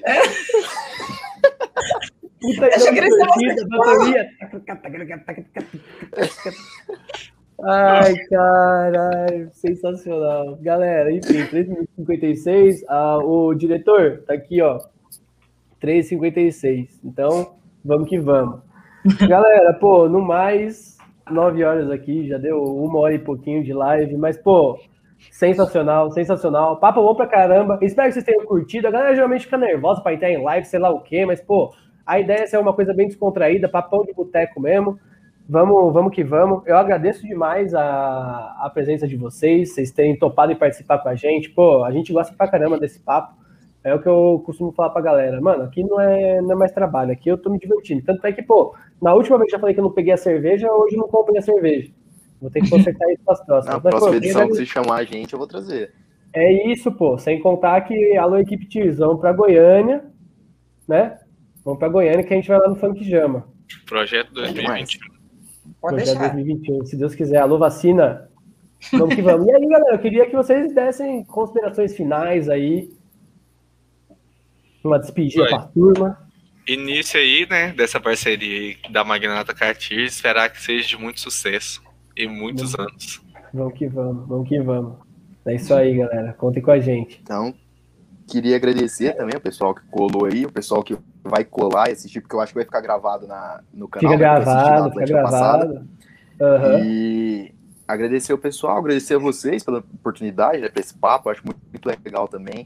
Puta Achei que ele torcida, bateria. Ai, caralho, sensacional. Galera, enfim, 3 minutos e 56. O diretor tá aqui, ó. 3h56. Então, vamos que vamos. Galera, pô, no mais, 9 horas aqui, já deu 1 hora e pouquinho de live, mas, pô, sensacional, sensacional. Papo bom pra caramba. Espero que vocês tenham curtido. A galera geralmente fica nervosa pra entrar em live, sei lá o quê, mas, pô, a ideia é ser uma coisa bem descontraída, papão de boteco mesmo. Vamos que vamos. Eu agradeço demais a presença de vocês terem topado em participar com a gente. Pô, a gente gosta pra caramba desse papo. É o que eu costumo falar pra galera. Mano, aqui não é mais trabalho, aqui eu tô me divertindo. Tanto é que, pô, na última vez que eu já falei que eu não peguei a cerveja, hoje eu não comprei a cerveja. Vou ter que consertar isso pras próximas. Na Mas, próxima pô, edição que você chamar a gente, eu vou trazer. é isso, pô. Sem contar que, alô, equipe Tiz, vamos pra Goiânia, né? Vamos pra Goiânia que a gente vai lá no Funk Jama. Projeto 2021. Pode Projeto deixar. 2021, se Deus quiser. Alô, vacina. Vamos que vamos. E aí, galera, eu queria que vocês dessem considerações finais aí. Uma despedida Vai. pra turma. Início aí, né, dessa parceria aí da Magnata Cartier, esperar que seja de muito sucesso e muitos anos. Vamos que vamos, vamos que vamos. É isso aí, galera. Contem com a gente. Então, queria agradecer também o pessoal que colou aí, o pessoal que vai colar e assistir, porque eu acho que vai ficar gravado no canal. Fica né, que eu assisti na gravado, fica Atlética passada. gravado. Aham. E agradecer o pessoal, agradecer a vocês pela oportunidade, né, pra esse papo, eu acho muito legal também.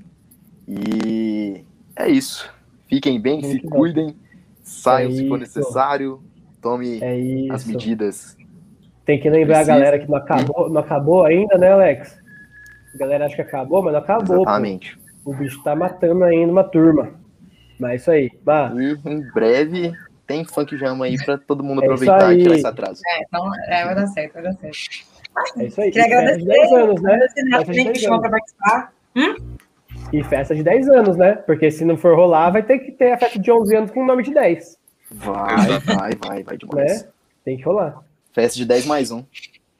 E é isso. Fiquem bem, Muito se bom. cuidem, saiam É se for isso. necessário, tome É as isso. medidas. Tem que lembrar Precisa. a galera que não acabou ainda, né, Alex? A galera acha que acabou, mas não acabou. Exatamente. Pô. O bicho tá matando ainda uma turma. Mas é isso aí. Bah, E em breve tem Funk Jama aí pra todo mundo É isso aproveitar aí. e tirar esse atraso. Então, vai dar certo, vai dar certo. é isso aí. Queria E festa de 10 anos, né? Agradecer a Festa de gente que 10 chamou anos. para participar. E festa de 10 anos, né? Porque se não for rolar, vai ter que ter a festa de 11 anos com o nome de 10, Vai demais. né? Tem que rolar. Festa de 10 mais 1.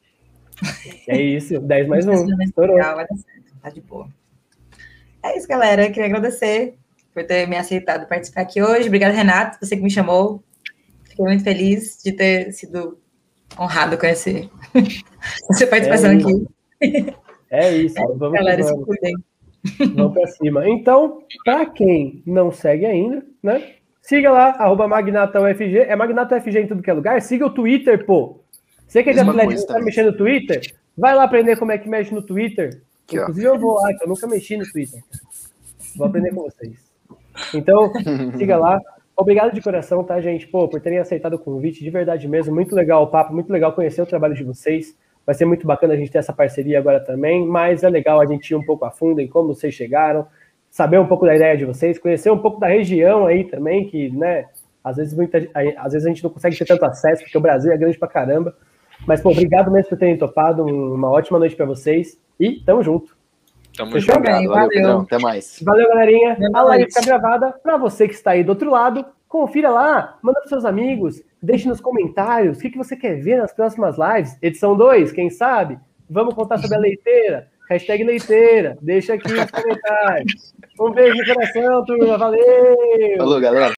É isso, 10 mais 1. Vai Estourou. dar certo, tá de boa. É isso, galera. Eu queria agradecer por ter me aceitado participar aqui hoje. Obrigada, Renato, você que me chamou. Fiquei muito feliz de ter sido honrado com essa participação É aqui. É isso. Vamos que Galera, se vamos. cuidem. Vamos pra cima. Então, pra quem não segue ainda, né? Siga lá, @MagnataUFG. É MagnataUFG em tudo que é lugar. Siga o Twitter, pô. Você que é de Mesma Atlético coisa e tá também. mexendo no Twitter, vai lá aprender como é que mexe no Twitter. Aqui, ó. Inclusive eu vou lá, que eu nunca mexi no Twitter. Vou aprender com vocês. Então, siga lá. Obrigado de coração, tá, gente? Pô, por terem aceitado o convite, de verdade mesmo. Muito legal o papo, muito legal conhecer o trabalho de vocês. Vai ser muito bacana a gente ter essa parceria agora também, mas é legal a gente ir um pouco a fundo em como vocês chegaram, saber um pouco da ideia de vocês, conhecer um pouco da região aí também, que, né, às vezes a gente não consegue ter tanto acesso, porque o Brasil é grande pra caramba. Mas, pô, obrigado mesmo por terem topado. Uma ótima noite pra vocês e tamo junto. Tamo Fechou? junto. Obrigado, valeu, Pedrão. Até mais. Valeu, galerinha. Boa A live noite. fica gravada. Para você que está aí do outro lado, confira lá, manda para seus amigos, deixe nos comentários o que você quer ver nas próximas lives. Edição 2, quem sabe? Vamos contar sobre a leiteira. Hashtag leiteira. Deixa aqui nos comentários. Um beijo no coração, turma. Valeu! Falou, galera.